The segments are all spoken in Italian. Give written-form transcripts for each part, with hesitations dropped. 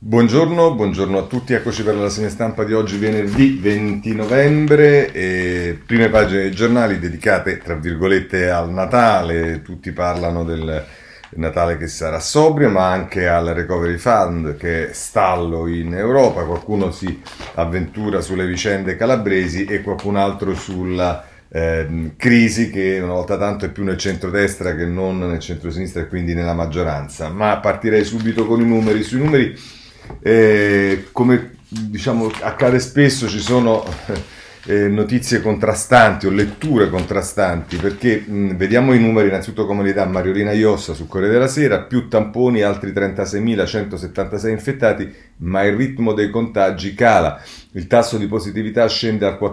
Buongiorno a tutti, eccoci per la rassegna stampa di oggi, venerdì 20 novembre, prime pagine dei giornali dedicate, tra virgolette, al Natale. Tutti parlano del Natale che sarà sobrio, ma anche al Recovery Fund che è stallo in Europa. Qualcuno si avventura sulle vicende calabresi e qualcun altro sulla crisi che una volta tanto è più nel centrodestra che non nel centrosinistra e quindi nella maggioranza. Ma partirei subito con i numeri. Sui numeri, come diciamo accade spesso, ci sono notizie contrastanti o letture contrastanti, perché vediamo i numeri innanzitutto come li dà Mariolina Iossa sul Corriere della Sera: più tamponi, altri 36.176 infettati, ma il ritmo dei contagi cala. Il tasso di positività scende dal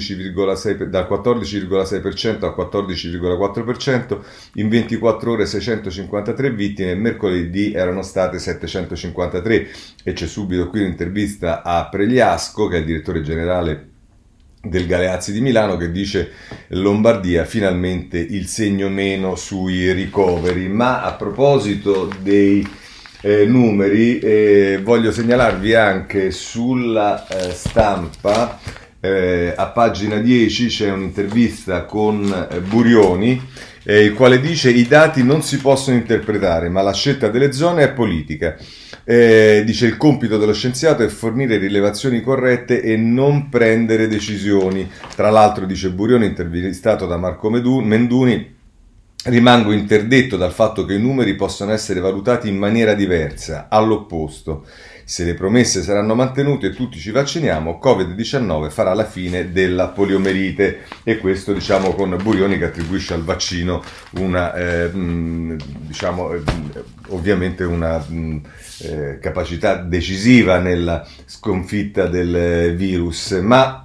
14,6% al 14,4%, in 24 ore 653 vittime, mercoledì erano state 753, e c'è subito qui un'intervista a Pregliasco, che è il direttore generale del Galeazzi di Milano, che dice: Lombardia finalmente il segno meno sui ricoveri. Ma a proposito dei numeri, voglio segnalarvi anche sulla Stampa, a pagina 10 c'è un'intervista con Burioni, il quale dice: i dati non si possono interpretare, ma la scelta delle zone è politica. Dice: il compito dello scienziato è fornire rilevazioni corrette e non prendere decisioni. Tra l'altro, dice Burioni, intervistato da Marco Menduni: rimango interdetto dal fatto che i numeri possono essere valutati in maniera diversa. All'opposto, se le promesse saranno mantenute e tutti ci vacciniamo, Covid-19 farà la fine della poliomelite. E questo, diciamo, con Burioni che attribuisce al vaccino una, ovviamente una capacità decisiva nella sconfitta del virus. Ma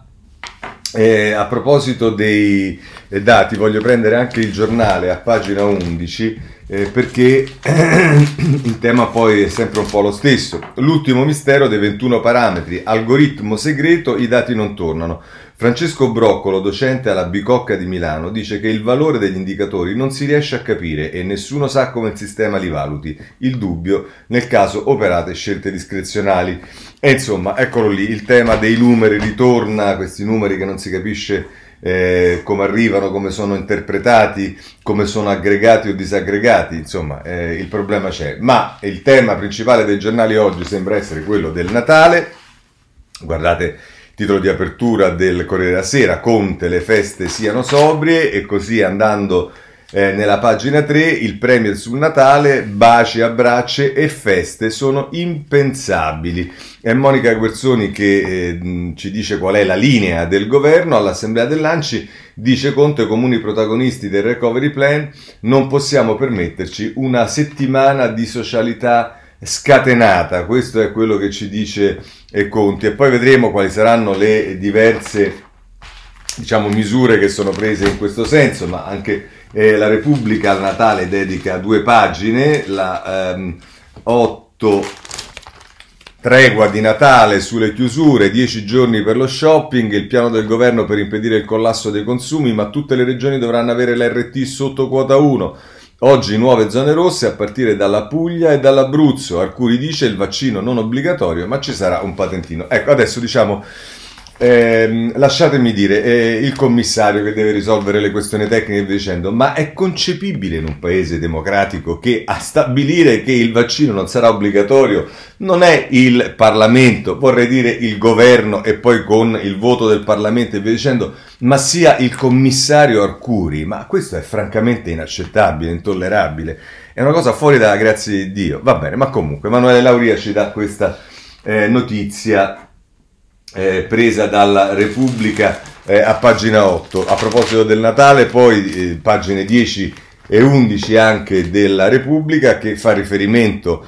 a proposito dei dati, voglio prendere anche il Giornale a pagina 11, perché il tema poi è sempre un po' lo stesso. L'ultimo mistero dei 21 parametri, algoritmo segreto, i dati non tornano. Francesco Broccolo, docente alla Bicocca di Milano, dice che il valore degli indicatori non si riesce a capire e nessuno sa come il sistema li valuti. Il dubbio nel caso operate scelte discrezionali. E insomma, eccolo lì, il tema dei numeri ritorna, questi numeri che non si capisce come arrivano, come sono interpretati, come sono aggregati o disaggregati. Insomma, il problema c'è. Ma il tema principale dei giornali oggi sembra essere quello del Natale. Guardate, titolo di apertura del Corriere della Sera: Conte, le feste siano sobrie. E così, andando nella pagina 3, il premier sul Natale: baci, abbracci e feste sono impensabili. È Monica Guerzoni che ci dice qual è la linea del governo. All'assemblea dell'ANCI dice Conte: comuni protagonisti del recovery plan, non possiamo permetterci una settimana di socialità scatenata. Questo è quello che ci dice Conte, e poi vedremo quali saranno le diverse, diciamo, misure che sono prese in questo senso. Ma anche la Repubblica al Natale dedica 2 pagine, la 8 tregua di Natale sulle chiusure, 10 giorni per lo shopping, il piano del governo per impedire il collasso dei consumi, ma tutte le regioni dovranno avere l'RT sotto quota 1. Oggi nuove zone rosse a partire dalla Puglia e dall'Abruzzo. Arcuri dice: il vaccino non obbligatorio, ma ci sarà un patentino. Ecco, adesso diciamo, lasciatemi dire, il commissario che deve risolvere le questioni tecniche, dicendo: ma è concepibile in un paese democratico che a stabilire che il vaccino non sarà obbligatorio non è il Parlamento, vorrei dire il governo, e poi con il voto del Parlamento e via dicendo, ma sia il commissario Arcuri? Ma questo è francamente inaccettabile, intollerabile, è una cosa fuori dalla grazia di Dio. Va bene, ma comunque Emanuele Lauria ci dà questa notizia presa dalla Repubblica a pagina 8. A proposito del Natale, poi pagine 10 e 11 anche della Repubblica, che fa riferimento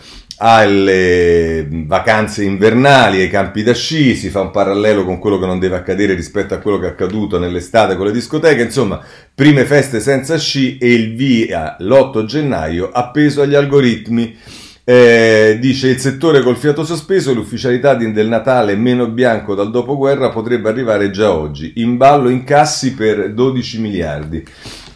alle vacanze invernali, ai campi da sci. Si fa un parallelo con quello che non deve accadere rispetto a quello che è accaduto nell'estate con le discoteche. Insomma, prime feste senza sci e il via l'8 gennaio appeso agli algoritmi. Dice: il settore col fiato sospeso, l'ufficialità del Natale meno bianco dal dopoguerra potrebbe arrivare già oggi, in ballo incassi per 12 miliardi.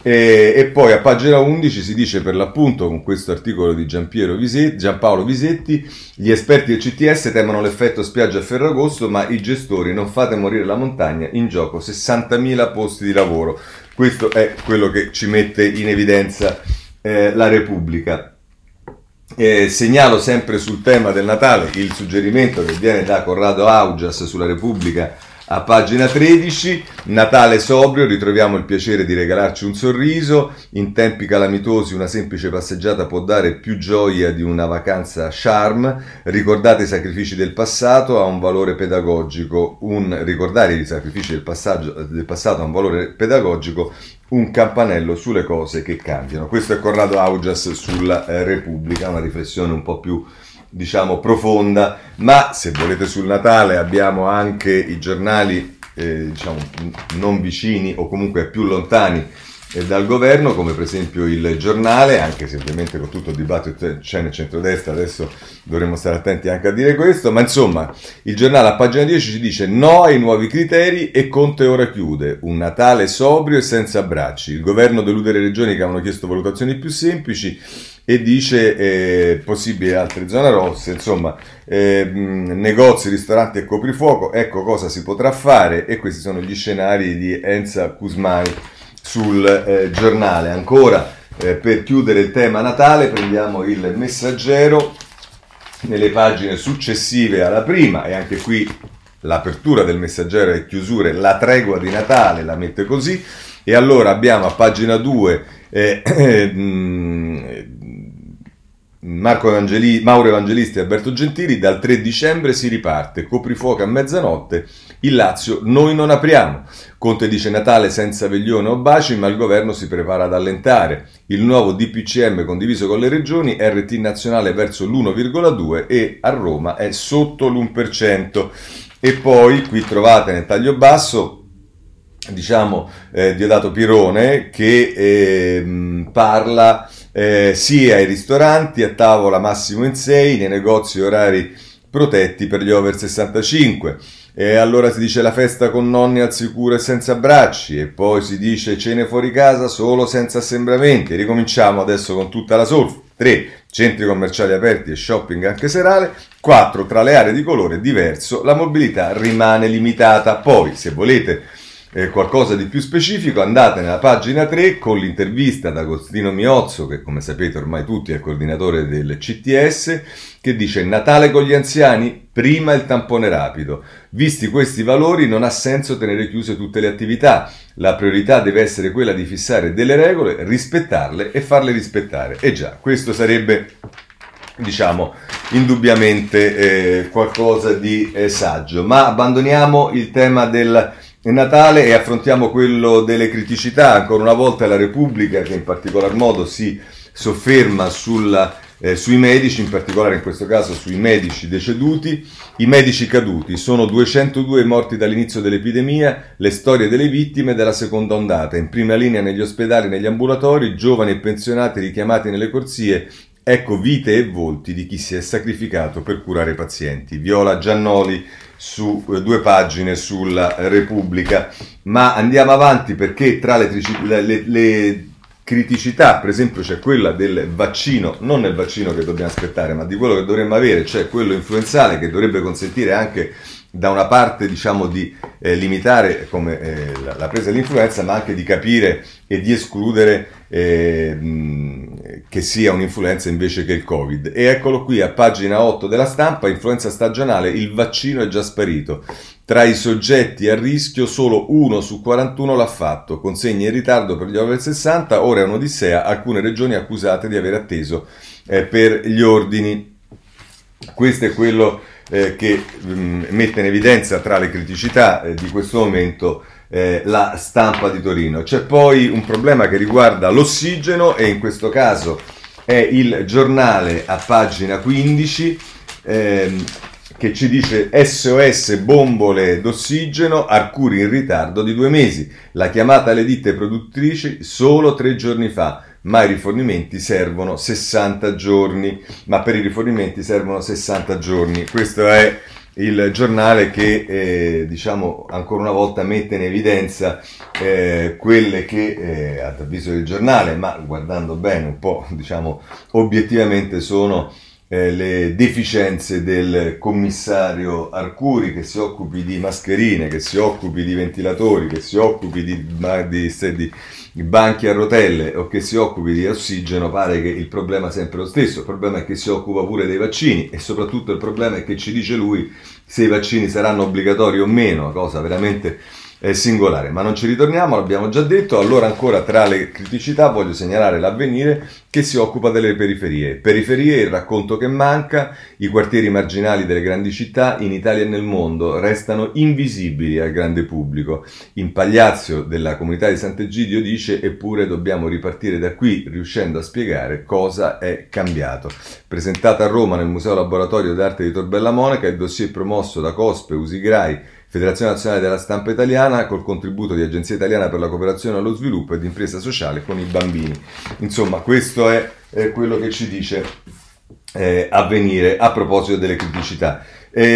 E poi a pagina 11 si dice per l'appunto, con questo articolo di Giampaolo Visetti, gli esperti del CTS temono l'effetto spiaggia a Ferragosto, ma i gestori non fate morire la montagna, in gioco 60.000 posti di lavoro. Questo è quello che ci mette in evidenza la Repubblica. Segnalo sempre sul tema del Natale il suggerimento che viene da Corrado Augias sulla Repubblica a pagina 13, Natale sobrio, ritroviamo il piacere di regalarci un sorriso, in tempi calamitosi una semplice passeggiata può dare più gioia di una vacanza charm, ricordate i sacrifici del passato ha un valore pedagogico, ricordare i sacrifici del passato ha un valore pedagogico, un campanello sulle cose che cambiano. Questo è Corrado Augias sulla Repubblica, una riflessione un po' più diciamo profonda, ma se volete sul Natale abbiamo anche i giornali diciamo non vicini o comunque più lontani dal governo, come per esempio il Giornale, anche se ovviamente con tutto il dibattito c'è nel centrodestra, adesso dovremmo stare attenti anche a dire questo, ma insomma il Giornale a pagina 10 ci dice no ai nuovi criteri e Conte ora chiude, un Natale sobrio e senza abbracci, il governo delude le regioni che avevano chiesto valutazioni più semplici e dice possibile altre zone rosse, insomma negozi, ristoranti e coprifuoco, ecco cosa si potrà fare, e questi sono gli scenari di Enza Cusmani sul Giornale. Ancora per chiudere il tema Natale prendiamo il Messaggero nelle pagine successive alla prima, e anche qui l'apertura del Messaggero e chiusure, la tregua di Natale la mette così, e allora abbiamo a pagina 2 Mauro Evangelisti e Alberto Gentili, dal 3 dicembre si riparte, coprifuoco a mezzanotte, il Lazio noi non apriamo, Conte dice Natale senza veglione o baci, ma il governo si prepara ad allentare, il nuovo DPCM condiviso con le regioni, RT nazionale verso l'1,2 e a Roma è sotto l'1%, e poi qui trovate nel taglio basso diciamo Diodato Pirone che parla sia ai ristoranti, a tavola massimo in 6, nei negozi orari protetti per gli over 65, e allora si dice la festa con nonni al sicuro e senza abbracci, e poi si dice cene fuori casa solo senza assembramenti, ricominciamo adesso con tutta la solfa. 3. Centri commerciali aperti e shopping anche serale. 4. Tra le aree di colore diverso la mobilità rimane limitata. Poi se volete qualcosa di più specifico andate nella pagina 3 con l'intervista ad Agostino Miozzo, che come sapete ormai tutti è il coordinatore del CTS, che dice Natale con gli anziani, prima il tampone rapido, visti questi valori non ha senso tenere chiuse tutte le attività, la priorità deve essere quella di fissare delle regole, rispettarle e farle rispettare, e già questo sarebbe diciamo indubbiamente qualcosa di saggio. Ma abbandoniamo il tema del Natale e affrontiamo quello delle criticità. Ancora una volta è la Repubblica che in particolar modo si sofferma sui medici, in particolare in questo caso sui medici deceduti. I medici caduti, sono 202 morti dall'inizio dell'epidemia, le storie delle vittime della seconda ondata, in prima linea negli ospedali e negli ambulatori, giovani e pensionati richiamati nelle corsie. Ecco vite e volti di chi si è sacrificato per curare i pazienti. Viola Giannoli su 2 pagine sulla Repubblica. Ma andiamo avanti, perché tra le criticità, per esempio, c'è quella del vaccino, non nel vaccino che dobbiamo aspettare, ma di quello che dovremmo avere, cioè quello influenzale, che dovrebbe consentire anche da una parte diciamo di limitare come la presa dell'influenza, ma anche di capire e di escludere che sia un'influenza invece che il Covid. E eccolo qui a pagina 8 della Stampa, influenza stagionale, il vaccino è già sparito. Tra i soggetti a rischio solo 1 su 41 l'ha fatto, consegne in ritardo per gli over 60, ora è un'odissea, alcune regioni accusate di aver atteso per gli ordini. Questo è quello che mette in evidenza tra le criticità di questo momento la Stampa di Torino. C'è poi un problema che riguarda l'ossigeno, e in questo caso è il Giornale a pagina 15 che ci dice SOS bombole d'ossigeno, Arcuri in ritardo di 2 mesi, la chiamata alle ditte produttrici solo 3 giorni fa, ma i rifornimenti servono 60 giorni, ma per i rifornimenti servono 60 giorni. Questo è il giornale che diciamo ancora una volta mette in evidenza quelle che ad avviso del giornale, ma guardando bene un po', diciamo obiettivamente, sono le deficienze del commissario Arcuri, che si occupi di mascherine, che si occupi di ventilatori, che si occupi di banchi a rotelle o che si occupi di ossigeno. Pare che il problema è sempre lo stesso. Il problema è che si occupa pure dei vaccini, e soprattutto il problema è che ci dice lui se i vaccini saranno obbligatori o meno, cosa veramente singolare. Ma non ci ritorniamo, l'abbiamo già detto. Allora, ancora tra le criticità voglio segnalare l'Avvenire, che si occupa delle periferie. Periferie, il racconto che manca: i quartieri marginali delle grandi città in Italia e nel mondo restano invisibili al grande pubblico. In Pagliazzo della comunità di Sant'Egidio dice: eppure dobbiamo ripartire da qui, riuscendo a spiegare cosa è cambiato. Presentata a Roma nel Museo Laboratorio d'Arte di Tor Bella Monaca, il dossier promosso da COSPE, Usigrai, Federazione Nazionale della Stampa Italiana, col contributo di Agenzia Italiana per la Cooperazione allo Sviluppo e di Impresa Sociale con i Bambini. Insomma, questo è quello che ci dice Avvenire a proposito delle criticità.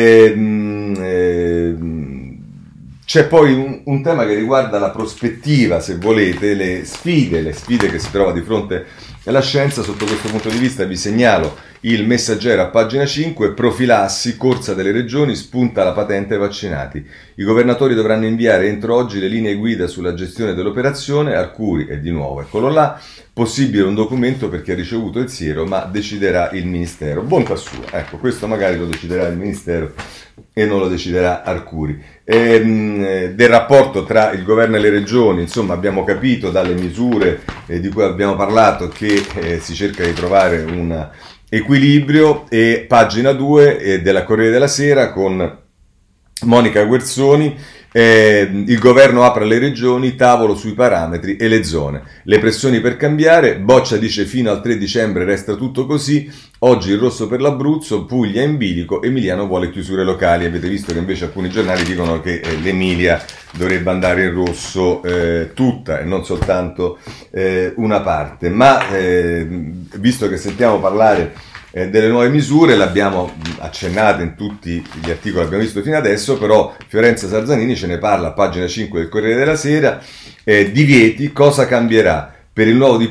C'è poi un tema che riguarda la prospettiva, se volete, le sfide che si trova di fronte alla scienza. Sotto questo punto di vista vi segnalo il Messaggero a pagina 5: profilassi, corsa delle regioni, spunta la patente ai vaccinati. I governatori dovranno inviare entro oggi le linee guida sulla gestione dell'operazione. Arcuri, e di nuovo eccolo là, possibile un documento per chi ha ricevuto il siero, ma deciderà il Ministero. Bontà sua, ecco, questo magari lo deciderà il Ministero e non lo deciderà Arcuri. Del rapporto tra il governo e le regioni, insomma, abbiamo capito dalle misure di cui abbiamo parlato che si cerca di trovare un equilibrio. E pagina 2 della Corriere della Sera con Monica Guerzoni: il governo apre alle regioni, tavolo sui parametri e le zone. Le pressioni per cambiare, Boccia dice fino al 3 dicembre resta tutto così, oggi il rosso per l'Abruzzo, Puglia in bilico, Emiliano vuole chiusure locali. Avete visto che invece alcuni giornali dicono che l'Emilia dovrebbe andare in rosso tutta e non soltanto una parte. Ma visto che sentiamo parlare delle nuove misure, l'abbiamo accennate in tutti gli articoli che abbiamo visto fino adesso, però Fiorenza Sarzanini ce ne parla a pagina 5 del Corriere della Sera. Divieti, cosa cambierà? Per il nuovo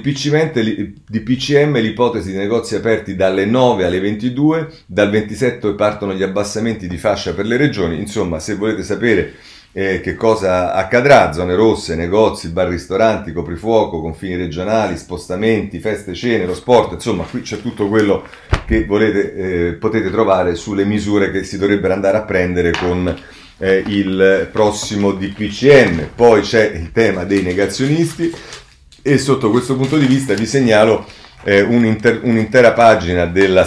DPCM l'ipotesi di negozi aperti dalle 9 alle 22, dal 27 partono gli abbassamenti di fascia per le regioni. Insomma, se volete sapere che cosa accadrà, zone rosse, negozi, bar, ristoranti, coprifuoco, confini regionali, spostamenti, feste, cene, lo sport, insomma qui c'è tutto quello che volete, potete trovare sulle misure che si dovrebbero andare a prendere con il prossimo DPCM. Poi c'è il tema dei negazionisti, e sotto questo punto di vista vi segnalo un'intera pagina della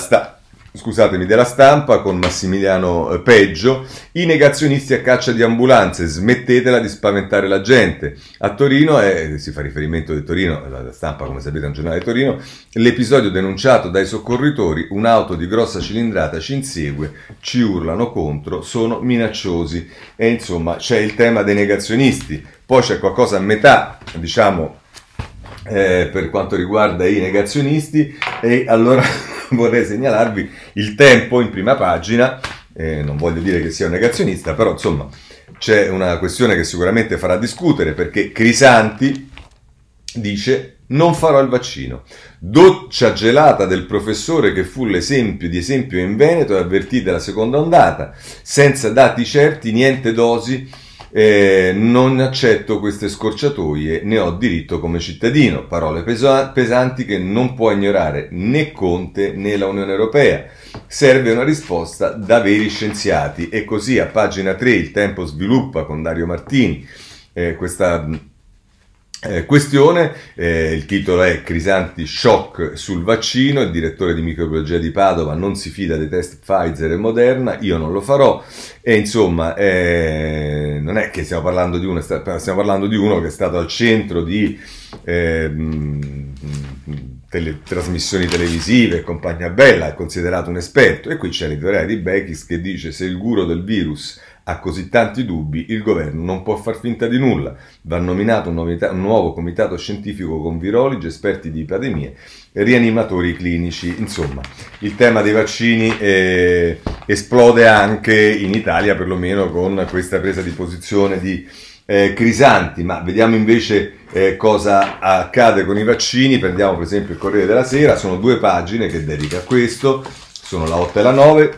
Stampa con Massimiliano Peggio: i negazionisti a caccia di ambulanze, smettetela di spaventare la gente. A Torino, si fa riferimento di Torino, la Stampa come sapete è un giornale di Torino, l'episodio denunciato dai soccorritori: un'auto di grossa cilindrata ci insegue, ci urlano contro, sono minacciosi. E insomma c'è il tema dei negazionisti. Poi c'è qualcosa a metà, diciamo, per quanto riguarda i negazionisti, e allora vorrei segnalarvi il Tempo in prima pagina. Non voglio dire che sia un negazionista, però insomma c'è una questione che sicuramente farà discutere, perché Crisanti dice: non farò il vaccino. Doccia gelata del professore che fu l'esempio di esempio in Veneto e avvertì della seconda ondata. Senza dati certi, niente dosi. Non accetto queste scorciatoie, ne ho diritto come cittadino. Parole pesanti che non può ignorare né Conte né la Unione Europea. Serve una risposta da veri scienziati. E così a pagina 3 il Tempo sviluppa con Dario Martini questa questione. Il titolo è: Crisanti shock sul vaccino, il direttore di microbiologia di Padova non si fida dei test Pfizer e Moderna, io non lo farò. E insomma non è che stiamo parlando di uno che è stato al centro di trasmissioni televisive e compagnia bella, è considerato un esperto. E qui c'è l'editoriale di Bechis che dice: se il guru del virus ha così tanti dubbi, il governo non può far finta di nulla. Va nominato un nuovo comitato scientifico con virologi, esperti di epidemie, rianimatori clinici. Insomma, il tema dei vaccini esplode anche in Italia, perlomeno con questa presa di posizione di Crisanti. Ma vediamo invece cosa accade con i vaccini. Prendiamo per esempio il Corriere della Sera, sono 2 pagine che dedica a questo, sono la 8 e la 9.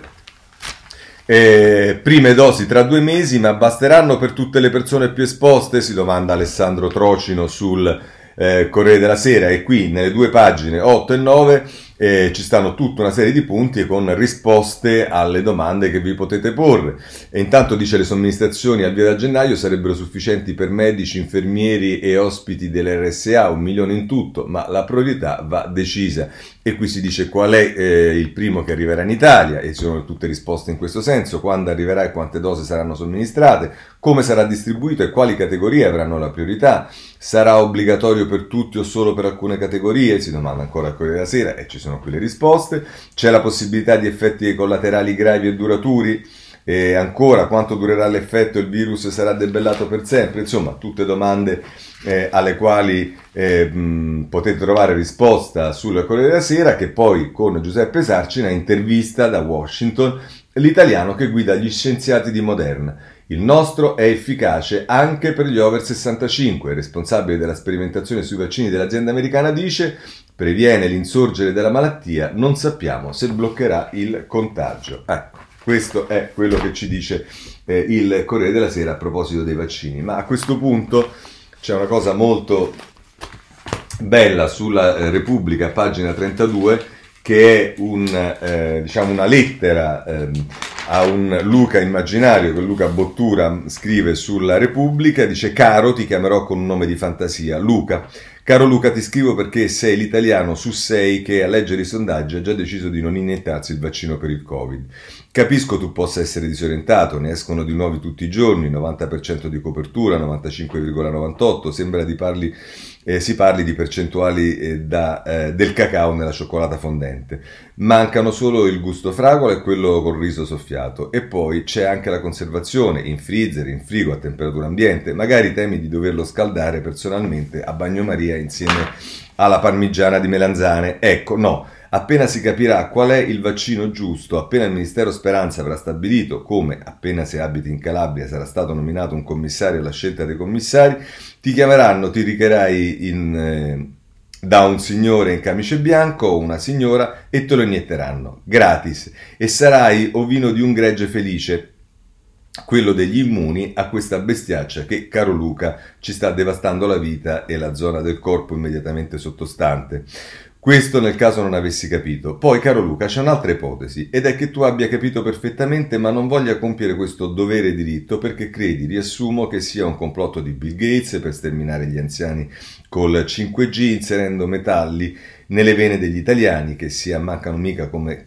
Prime dosi tra 2 mesi, ma basteranno per tutte le persone più esposte? Si domanda Alessandro Trocino sul Corriere della Sera. E qui nelle 2 pagine 8 e 9 ci stanno tutta una serie di punti con risposte alle domande che vi potete porre. E intanto dice: le somministrazioni al via da gennaio sarebbero sufficienti per medici, infermieri e ospiti dell'RSA, 1 milione in tutto, ma la priorità va decisa. E qui si dice qual è il primo che arriverà in Italia, e sono tutte risposte in questo senso: quando arriverà e quante dosi saranno somministrate, come sarà distribuito e quali categorie avranno la priorità, sarà obbligatorio per tutti o solo per alcune categorie? Si domanda ancora al Corriere della Sera, e ci sono qui le risposte. C'è la possibilità di effetti collaterali gravi e duraturi? E ancora, quanto durerà l'effetto? Il virus sarà debellato per sempre? Insomma, tutte domande alle quali potete trovare risposta sul Corriere della Sera, che poi con Giuseppe Sarcina intervista da Washington l'italiano che guida gli scienziati di Moderna. Il nostro è efficace anche per gli over 65. Il responsabile della sperimentazione sui vaccini dell'azienda americana dice: previene l'insorgere della malattia, non sappiamo se bloccherà il contagio. Ecco, questo è quello che ci dice il Corriere della Sera a proposito dei vaccini. Ma a questo punto c'è una cosa molto bella sulla Repubblica, pagina 32, che è una lettera a un Luca immaginario che Luca Bottura scrive sulla Repubblica. Dice: caro, ti chiamerò con un nome di fantasia, Luca. Caro Luca, ti scrivo perché sei l'italiano su 6 che a leggere i sondaggi ha già deciso di non iniettarsi il vaccino per il Covid. Capisco tu possa essere disorientato, ne escono di nuovi tutti i giorni, 90% di copertura, 95,98%, sembra si parli di percentuali del cacao nella cioccolata fondente. Mancano solo il gusto fragola e quello col riso soffiato. E poi c'è anche la conservazione, in freezer, in frigo, a temperatura ambiente. Magari temi di doverlo scaldare personalmente a bagnomaria insieme alla parmigiana di melanzane. Ecco, no. Appena si capirà qual è il vaccino giusto, appena il Ministero Speranza avrà stabilito come, appena se abiti in Calabria, sarà stato nominato un commissario alla scelta dei commissari, ti chiameranno, ti richerai da un signore in camice bianco o una signora e te lo inietteranno, gratis, e sarai ovino di un gregge felice, quello degli immuni a questa bestiaccia che, caro Luca, ci sta devastando la vita e la zona del corpo immediatamente sottostante. Questo nel caso non avessi capito. Poi, caro Luca, c'è un'altra ipotesi, ed è che tu abbia capito perfettamente ma non voglia compiere questo dovere e diritto perché credi, riassumo, che sia un complotto di Bill Gates per sterminare gli anziani col 5G inserendo metalli nelle vene degli italiani che si ammalano mica come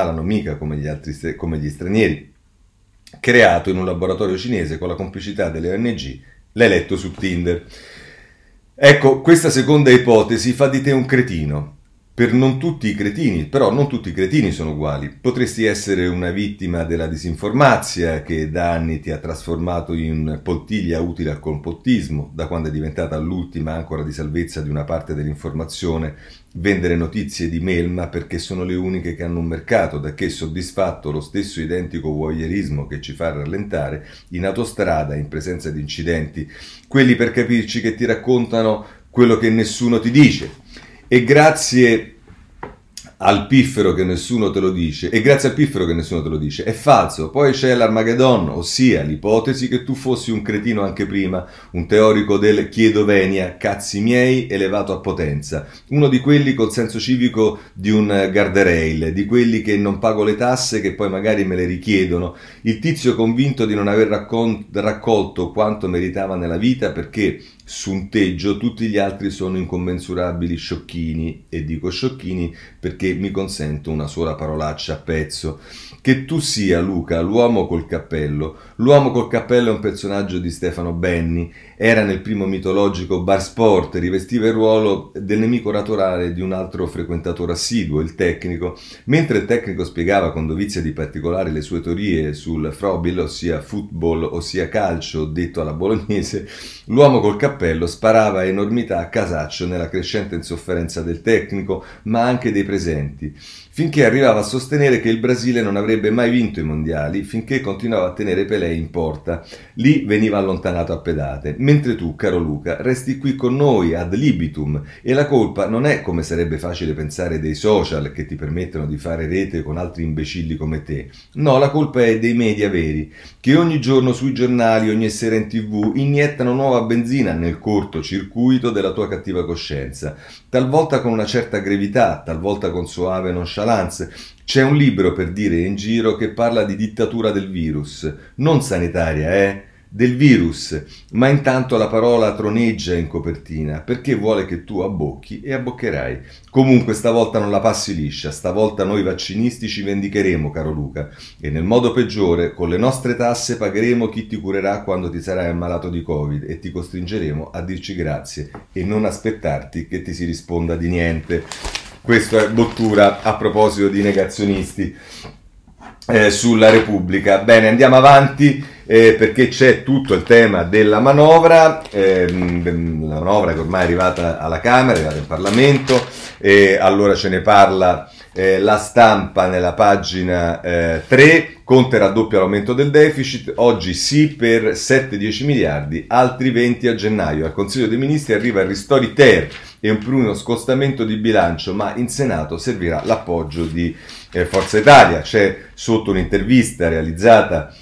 gli stranieri, creato in un laboratorio cinese con la complicità delle ONG. L'hai letto su Tinder. Ecco, questa seconda ipotesi fa di te un cretino. Per non tutti i cretini, però non tutti i cretini sono uguali. Potresti essere una vittima della disinformazia che da anni ti ha trasformato in poltiglia utile al complottismo, da quando è diventata l'ultima ancora di salvezza di una parte dell'informazione vendere notizie di melma perché sono le uniche che hanno un mercato, da che soddisfatto lo stesso identico voyeurismo che ci fa rallentare in autostrada in presenza di incidenti, quelli per capirci che ti raccontano quello che nessuno ti dice. E grazie al piffero che nessuno te lo dice, è falso. Poi c'è l'Armageddon, ossia l'ipotesi che tu fossi un cretino anche prima, un teorico del chiedo venia, cazzi miei, elevato a potenza, uno di quelli col senso civico di un guardrail, di quelli che non pago le tasse che poi magari me le richiedono, il tizio convinto di non aver raccolto quanto meritava nella vita perché su un teggio, tutti gli altri sono incommensurabili sciocchini, e dico sciocchini perché mi consento una sola parolaccia a pezzo. Che tu sia, Luca, l'uomo col cappello. L'uomo col cappello è un personaggio di Stefano Benni, era nel primo mitologico Bar Sport, rivestiva il ruolo del nemico naturale di un altro frequentatore assiduo, il tecnico. Mentre il tecnico spiegava con dovizia di particolari le sue teorie sul Frobil, ossia football, ossia calcio, detto alla bolognese, l'uomo col cappello sparava enormità a casaccio nella crescente insofferenza del tecnico, ma anche dei presenti, finché arrivava a sostenere che il Brasile non avrebbe mai vinto i mondiali, finché continuava a tenere Pelé in porta. Lì veniva allontanato a pedate, mentre tu, caro Luca, resti qui con noi ad libitum, e la colpa non è, come sarebbe facile pensare, dei social che ti permettono di fare rete con altri imbecilli come te. No, la colpa è dei media veri, che ogni giorno sui giornali, ogni sera in TV, iniettano nuova benzina nel cortocircuito della tua cattiva coscienza, talvolta con una certa gravità, talvolta con soave nonchalance. C'è un libro, per dire in giro, che parla di dittatura del virus, non sanitaria, del virus, ma intanto la parola troneggia in copertina, perché vuole che tu abbocchi e abboccherai. Comunque stavolta non la passi liscia, stavolta noi vaccinisti ci vendicheremo, caro Luca, e nel modo peggiore, con le nostre tasse pagheremo chi ti curerà quando ti sarai ammalato di Covid, e ti costringeremo a dirci grazie e non aspettarti che ti si risponda di niente. Questo è Bottura a proposito di negazionisti sulla Repubblica. Bene, andiamo avanti perché c'è tutto il tema della manovra, la manovra che ormai è arrivata alla Camera, è arrivata in Parlamento, allora ce ne parla La Stampa nella pagina 3. Conte raddoppia l'aumento del deficit, oggi sì per 7-10 miliardi, altri 20 a gennaio. Al Consiglio dei Ministri arriva il ristori ter e un primo scostamento di bilancio, ma in Senato servirà l'appoggio di Forza Italia. C'è sotto un'intervista realizzata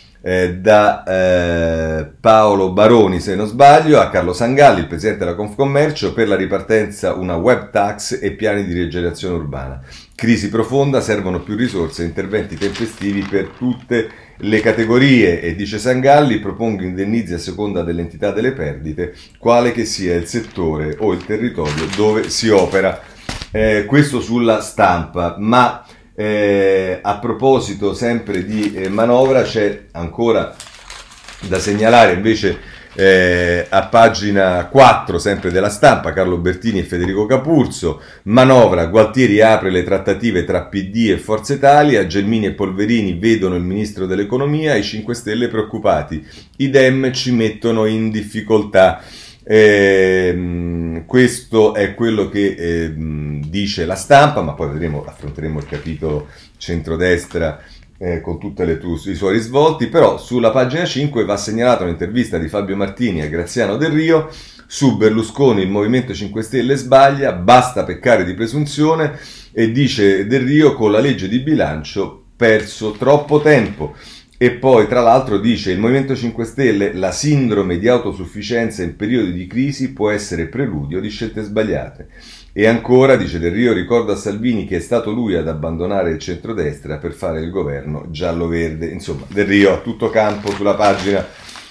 da Paolo Baroni, se non sbaglio, a Carlo Sangalli, il presidente della Confcommercio, per la ripartenza una web tax e piani di rigenerazione urbana. Crisi profonda, servono più risorse e interventi tempestivi per tutte le categorie, e dice Sangalli, propongo indennizzi a seconda dell'entità delle perdite, quale che sia il settore o il territorio dove si opera. Questo sulla Stampa, ma a proposito sempre di manovra c'è ancora da segnalare invece a pagina 4 sempre della Stampa, Carlo Bertini e Federico Capurzo, manovra, Gualtieri apre le trattative tra PD e Forza Italia, Gelmini e Polverini vedono il ministro dell'economia, i 5 Stelle preoccupati, i Dem ci mettono in difficoltà. Questo è quello che dice la Stampa, ma poi affronteremo il capitolo centrodestra con tutti i suoi risvolti. Però sulla pagina 5 va segnalata un'intervista di Fabio Martini a Graziano Del Rio su Berlusconi, il Movimento 5 Stelle sbaglia, basta peccare di presunzione, e dice Del Rio, con la legge di bilancio perso troppo tempo. E poi, tra l'altro, dice il Movimento 5 Stelle, la sindrome di autosufficienza in periodi di crisi può essere preludio di scelte sbagliate. E ancora, dice Del Rio, ricorda a Salvini che è stato lui ad abbandonare il centrodestra per fare il governo giallo-verde. Insomma, Del Rio a tutto campo sulla pagina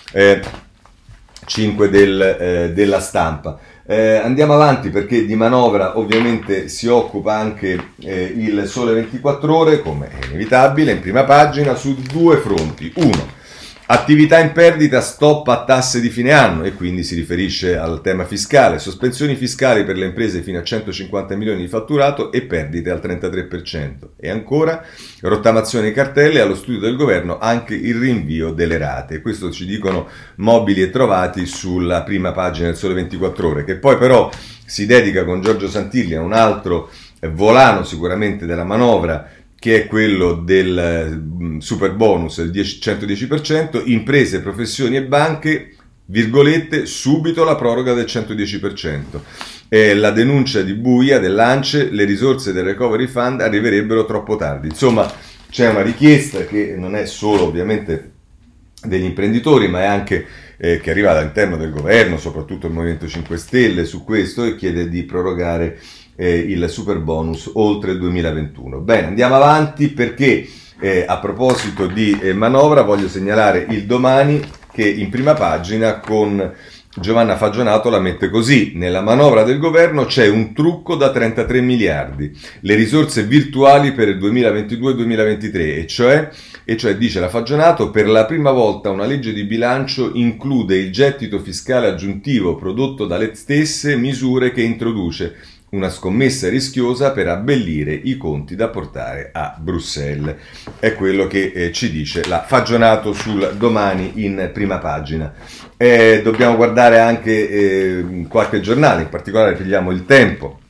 5 della Stampa. Andiamo avanti perché di manovra ovviamente si occupa anche il Sole 24 Ore, come è inevitabile, in prima pagina su due fronti. Uno, attività in perdita, stop a tasse di fine anno, e quindi si riferisce al tema fiscale, sospensioni fiscali per le imprese fino a 150 milioni di fatturato e perdite al 33%. E ancora, rottamazione di cartelle, allo studio del governo anche il rinvio delle rate. Questo ci dicono Mobili e Trovati sulla prima pagina del Sole 24 Ore, che poi però si dedica con Giorgio Santilli a un altro volano sicuramente della manovra, che è quello del super bonus, il 110%, imprese, professioni e banche, virgolette, subito la proroga del 110%. La denuncia di Buia dell'ANCE, le risorse del Recovery Fund arriverebbero troppo tardi. Insomma, c'è una richiesta che non è solo ovviamente degli imprenditori, ma è anche che arriva all'interno del governo, soprattutto il Movimento 5 Stelle su questo, e chiede di prorogare il super bonus oltre il 2021. Bene, andiamo avanti perché a proposito di manovra voglio segnalare il Domani, che in prima pagina con Giovanna Fagionato la mette così: nella manovra del governo c'è un trucco da 33 miliardi, le risorse virtuali per il 2022-2023, e cioè dice la Fagionato, per la prima volta una legge di bilancio include il gettito fiscale aggiuntivo prodotto dalle stesse misure che introduce, una scommessa rischiosa per abbellire i conti da portare a Bruxelles. È quello che ci dice la Fagionato sul Domani in prima pagina. Dobbiamo guardare anche qualche giornale, in particolare pigliamo Il Tempo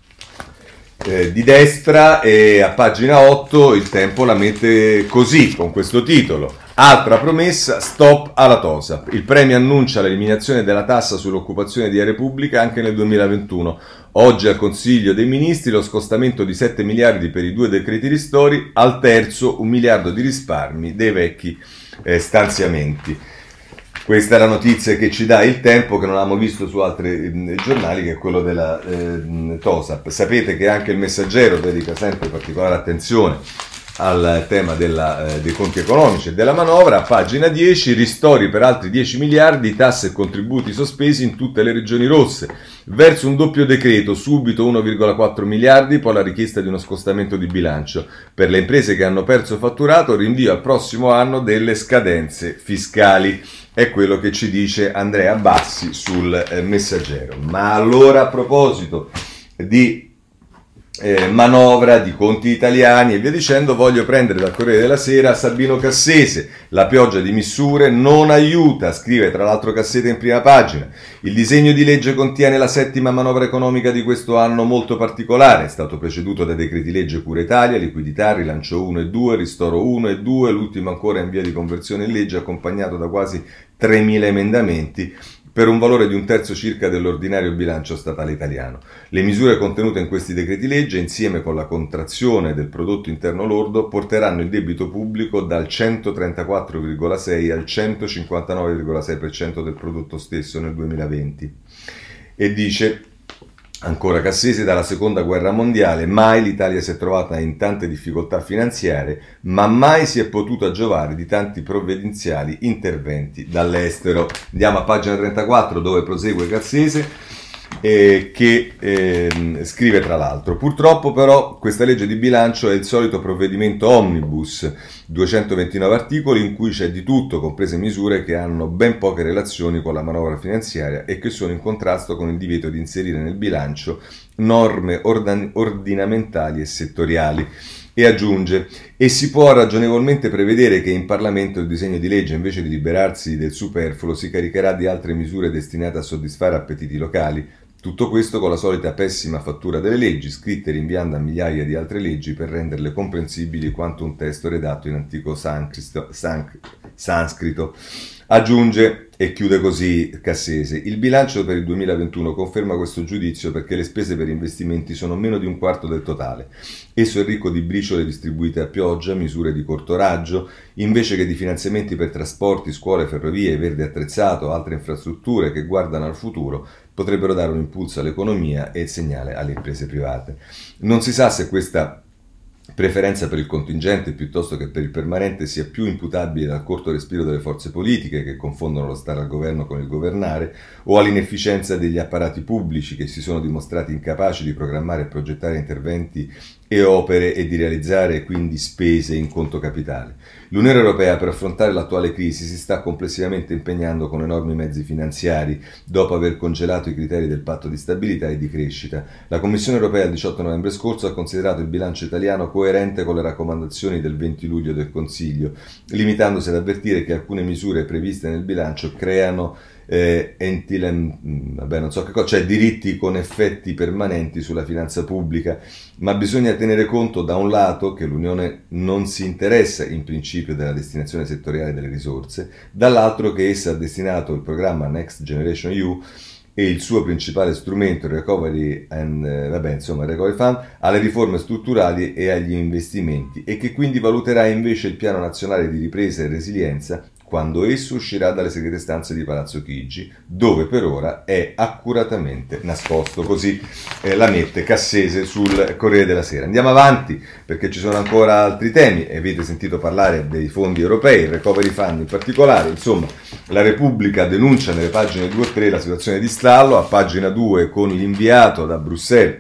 di destra, e a pagina 8 Il Tempo la mette così, con questo titolo: altra promessa, stop alla TOSAP. Il Premier annuncia l'eliminazione della tassa sull'occupazione di aree pubbliche anche nel 2021. Oggi al Consiglio dei Ministri lo scostamento di 7 miliardi per i 2 decreti ristori, al terzo 1 miliardo di risparmi dei vecchi stanziamenti. Questa è la notizia che ci dà Il Tempo, che non abbiamo visto su altri giornali, che è quello della TOSAP. Sapete che anche Il Messaggero dedica sempre particolare attenzione al tema dei conti economici e della manovra. A pagina 10, ristori per altri 10 miliardi, tasse e contributi sospesi in tutte le regioni rosse, verso un doppio decreto, subito 1,4 miliardi, poi la richiesta di uno scostamento di bilancio. Per le imprese che hanno perso fatturato, rinvio al prossimo anno delle scadenze fiscali. È quello che ci dice Andrea Bassi sul Messaggero. Ma allora, a proposito di manovra, di conti italiani e via dicendo, voglio prendere dal Corriere della Sera Sabino Cassese. La pioggia di misure non aiuta, scrive tra l'altro Cassese in prima pagina. Il disegno di legge contiene la 7ª manovra economica di questo anno, molto particolare. È stato preceduto dai decreti legge Cura Italia, liquidità, rilancio 1 e 2, ristoro 1 e 2, l'ultimo ancora in via di conversione in legge, accompagnato da quasi 3.000 emendamenti, per un valore di un terzo circa dell'ordinario bilancio statale italiano. Le misure contenute in questi decreti legge, insieme con la contrazione del prodotto interno lordo, porteranno il debito pubblico dal 134,6 al 159,6% del prodotto stesso nel 2020. E dice ancora Cassese: dalla seconda guerra mondiale mai l'Italia si è trovata in tante difficoltà finanziarie, ma mai si è potuta giovare di tanti provvidenziali interventi dall'estero. Andiamo a pagina 34, dove prosegue Cassese, che scrive tra l'altro: purtroppo però questa legge di bilancio è il solito provvedimento omnibus, 229 articoli in cui c'è di tutto, comprese misure che hanno ben poche relazioni con la manovra finanziaria e che sono in contrasto con il divieto di inserire nel bilancio norme ordinamentali e settoriali. E aggiunge: e si può ragionevolmente prevedere che in Parlamento il disegno di legge, invece di liberarsi del superfluo, si caricherà di altre misure destinate a soddisfare appetiti locali. Tutto questo con la solita pessima fattura delle leggi, scritte rinviando a migliaia di altre leggi per renderle comprensibili quanto un testo redatto in antico sanscrito. Aggiunge e chiude così Cassese: il bilancio per il 2021 conferma questo giudizio perché le spese per investimenti sono meno di un quarto del totale. Esso è ricco di briciole distribuite a pioggia, misure di corto raggio, invece che di finanziamenti per trasporti, scuole, ferrovie, verde attrezzato, altre infrastrutture che guardano al futuro, potrebbero dare un impulso all'economia e il segnale alle imprese private. Non si sa se questa preferenza per il contingente piuttosto che per il permanente sia più imputabile al corto respiro delle forze politiche che confondono lo stare al governo con il governare, o all'inefficienza degli apparati pubblici che si sono dimostrati incapaci di programmare e progettare interventi e opere e di realizzare quindi spese in conto capitale. L'Unione Europea, per affrontare l'attuale crisi, si sta complessivamente impegnando con enormi mezzi finanziari, dopo aver congelato i criteri del patto di stabilità e di crescita. La Commissione Europea il 18 novembre scorso ha considerato il bilancio italiano coerente con le raccomandazioni del 20 luglio del Consiglio, limitandosi ad avvertire che alcune misure previste nel bilancio creano diritti con effetti permanenti sulla finanza pubblica, ma bisogna tenere conto da un lato che l'Unione non si interessa in principio della destinazione settoriale delle risorse, dall'altro che essa ha destinato il programma Next Generation EU e il suo principale strumento, il Recovery Fund, alle riforme strutturali e agli investimenti, e che quindi valuterà invece il Piano Nazionale di Ripresa e Resilienza quando esso uscirà dalle segrete stanze di Palazzo Chigi, dove per ora è accuratamente nascosto. Così la mette Cassese sul Corriere della Sera. Andiamo avanti perché ci sono ancora altri temi. Avete sentito parlare dei fondi europei, il Recovery Fund in particolare. Insomma, la Repubblica denuncia nelle pagine 2 e 3 la situazione di stallo, a pagina 2 con l'inviato da Bruxelles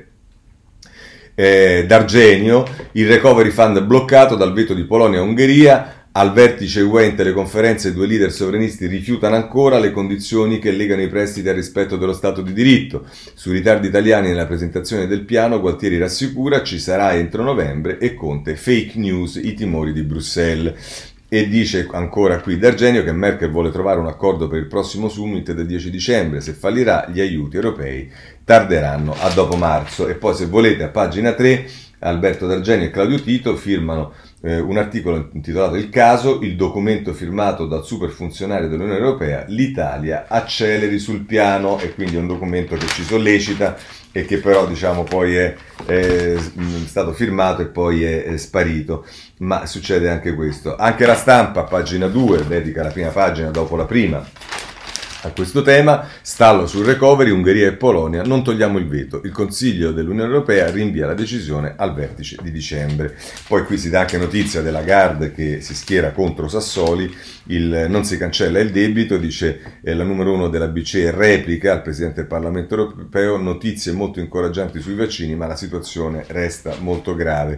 D'Argenio, il Recovery Fund bloccato dal veto di Polonia e Ungheria. Al vertice UE in teleconferenza i due leader sovranisti rifiutano ancora le condizioni che legano i prestiti al rispetto dello Stato di diritto. Sui ritardi italiani nella presentazione del piano, Gualtieri rassicura ci sarà entro novembre e Conte fake news i timori di Bruxelles. E dice ancora qui D'Argenio che Merkel vuole trovare un accordo per il prossimo summit del 10 dicembre, se fallirà gli aiuti europei tarderanno a dopo marzo. E poi se volete a pagina 3 Alberto D'Argenio e Claudio Tito firmano un articolo intitolato Il caso, il documento firmato dal superfunzionario dell'Unione Europea, l'Italia acceleri sul piano, e quindi è un documento che ci sollecita e che però diciamo poi è stato firmato e poi è sparito, ma succede anche questo. Anche La Stampa, pagina 2, dedica la prima pagina dopo la prima a questo tema, stallo sul recovery, Ungheria e Polonia, non togliamo il veto, il Consiglio dell'Unione Europea rinvia la decisione al vertice di dicembre. Poi qui si dà anche notizia della Lagarde che si schiera contro Sassoli, non si cancella il debito, dice la numero 1 della BCE replica al Presidente del Parlamento Europeo, notizie molto incoraggianti sui vaccini, ma la situazione resta molto grave.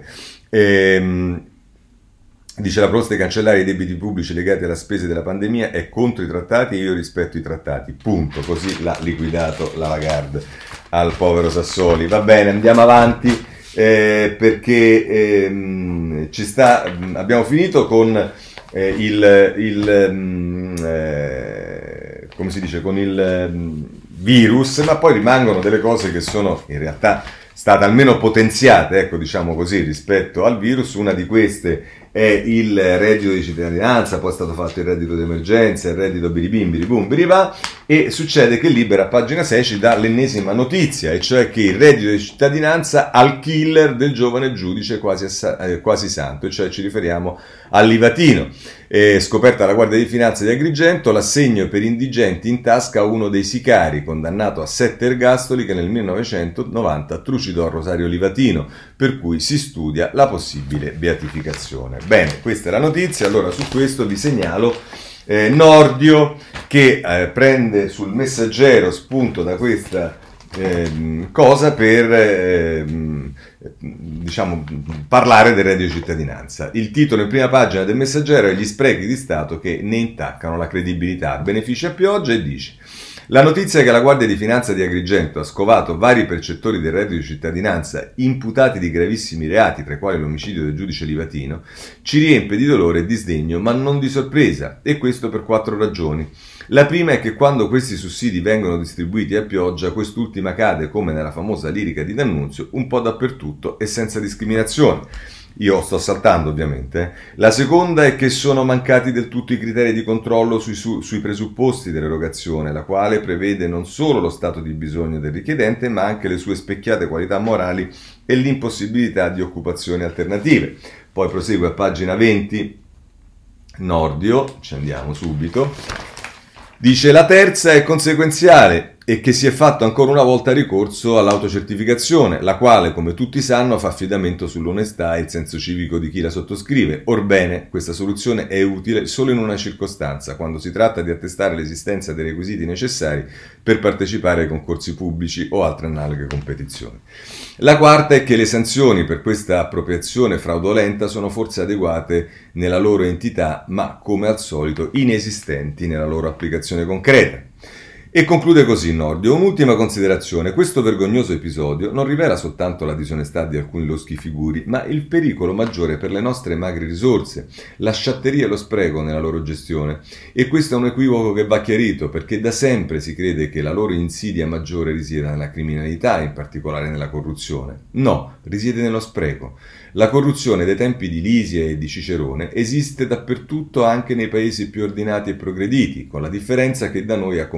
Dice la proposta di cancellare i debiti pubblici legati alla spesa della pandemia è contro i trattati e io rispetto i trattati, punto. Così l'ha liquidato la Lagarde al povero Sassoli. Va bene, andiamo avanti perché abbiamo finito con come si dice, con il virus, ma poi rimangono delle cose che sono in realtà state almeno potenziate, ecco, diciamo così, rispetto al virus. Una di queste è il reddito di cittadinanza, poi è stato fatto il reddito d'emergenza, il reddito biribim, biribum, biribà, e succede che Libera a pagina 6 ci dà l'ennesima notizia, e cioè che il reddito di cittadinanza al killer del giovane giudice quasi santo, e cioè ci riferiamo al Livatino. Scoperta la Guardia di Finanza di Agrigento, l'assegno per indigenti in tasca a uno dei sicari condannato a 7 ergastoli che nel 1990 trucidò Rosario Livatino, per cui si studia la possibile beatificazione. Bene, questa è la notizia. Allora su questo vi segnalo Nordio che prende sul Messaggero spunto da questa cosa per diciamo parlare del reddito di cittadinanza. Il titolo in prima pagina del Messaggero è gli sprechi di Stato che ne intaccano la credibilità, benefici a pioggia, e dice: la notizia che la Guardia di Finanza di Agrigento ha scovato vari percettori del reddito di cittadinanza imputati di gravissimi reati, tra i quali l'omicidio del giudice Livatino, ci riempie di dolore e di sdegno, ma non di sorpresa, e questo per 4 ragioni. La prima è che quando questi sussidi vengono distribuiti a pioggia, quest'ultima cade, come nella famosa lirica di D'Annunzio, un po' dappertutto e senza discriminazione. Io sto saltando ovviamente. La seconda è che sono mancati del tutto i criteri di controllo sui presupposti dell'erogazione, la quale prevede non solo lo stato di bisogno del richiedente, ma anche le sue specchiate qualità morali e l'impossibilità di occupazioni alternative. Poi prosegue a pagina 20, Nordio, ci andiamo subito. Dice: la terza è conseguenziale e che si è fatto ancora una volta ricorso all'autocertificazione, la quale, come tutti sanno, fa affidamento sull'onestà e il senso civico di chi la sottoscrive. Orbene, questa soluzione è utile solo in una circostanza, quando si tratta di attestare l'esistenza dei requisiti necessari per partecipare ai concorsi pubblici o altre analoghe competizioni. La quarta è che le sanzioni per questa appropriazione fraudolenta sono forse adeguate nella loro entità, ma come al solito inesistenti nella loro applicazione concreta. E conclude così Nordio: un'ultima considerazione, questo vergognoso episodio non rivela soltanto la disonestà di alcuni loschi figuri, ma il pericolo maggiore per le nostre magre risorse, la sciatteria e lo spreco nella loro gestione. E questo è un equivoco che va chiarito, perché da sempre si crede che la loro insidia maggiore risieda nella criminalità, in particolare nella corruzione. No, risiede nello spreco. La corruzione dai tempi di Lisia e di Cicerone esiste dappertutto, anche nei paesi più ordinati e progrediti, con la differenza che da noi è accompagnata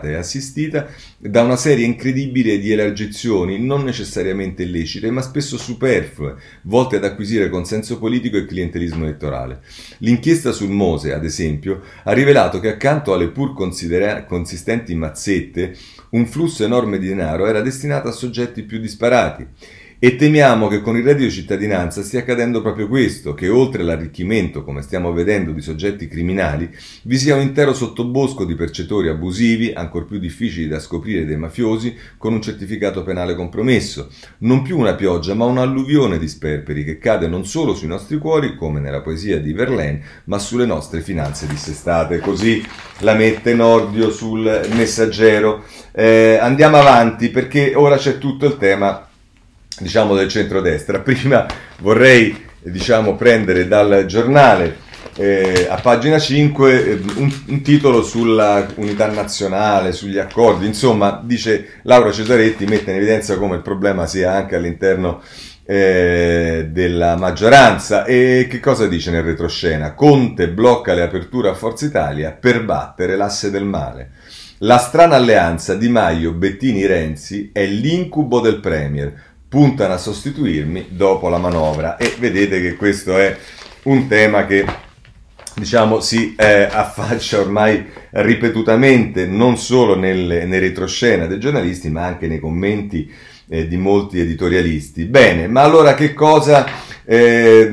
vietata e assistita, da una serie incredibile di elargizioni non necessariamente illecite, ma spesso superflue, volte ad acquisire consenso politico e clientelismo elettorale. L'inchiesta sul Mose, ad esempio, ha rivelato che accanto alle pur consistenti mazzette, un flusso enorme di denaro era destinato a soggetti più disparati. E temiamo che con il reddito di cittadinanza stia accadendo proprio questo, che oltre all'arricchimento, come stiamo vedendo, di soggetti criminali, vi sia un intero sottobosco di percettori abusivi, ancor più difficili da scoprire dei mafiosi, con un certificato penale compromesso. Non più una pioggia, ma un'alluvione di sperperi che cade non solo sui nostri cuori, come nella poesia di Verlaine, ma sulle nostre finanze dissestate. Così la mette Nordio sul Messaggero. Andiamo avanti, perché ora c'è tutto il tema, diciamo, del centrodestra. Prima vorrei, diciamo, prendere dal giornale a pagina 5 un titolo sulla unità nazionale, sugli accordi. Insomma, dice Laura Cesaretti, mette in evidenza come il problema sia anche all'interno della maggioranza. E che cosa dice nel retroscena? Conte blocca le aperture a Forza Italia per battere l'asse del male. La strana alleanza Di Maio, Bettini, Renzi è l'incubo del Premier. Puntano a sostituirmi dopo la manovra. E vedete che questo è un tema che, diciamo, si affaccia ormai ripetutamente non solo nei retroscena dei giornalisti, ma anche nei commenti di molti editorialisti. Bene, ma allora che cosa c'è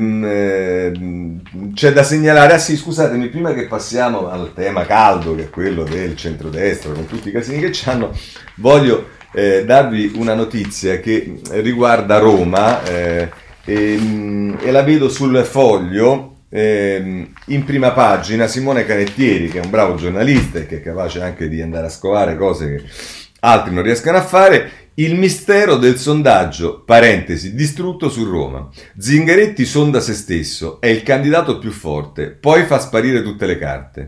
da segnalare? Ah sì, scusatemi, prima che passiamo al tema caldo, che è quello del centrodestra, con tutti i casini che c'hanno, voglio darvi una notizia che riguarda Roma e la vedo sul Foglio. In prima pagina Simone Canettieri, che è un bravo giornalista e che è capace anche di andare a scovare cose che altri non riescano a fare. Il mistero del sondaggio, parentesi, distrutto su Roma. Zingaretti sonda se stesso, è il candidato più forte, poi fa sparire tutte le carte.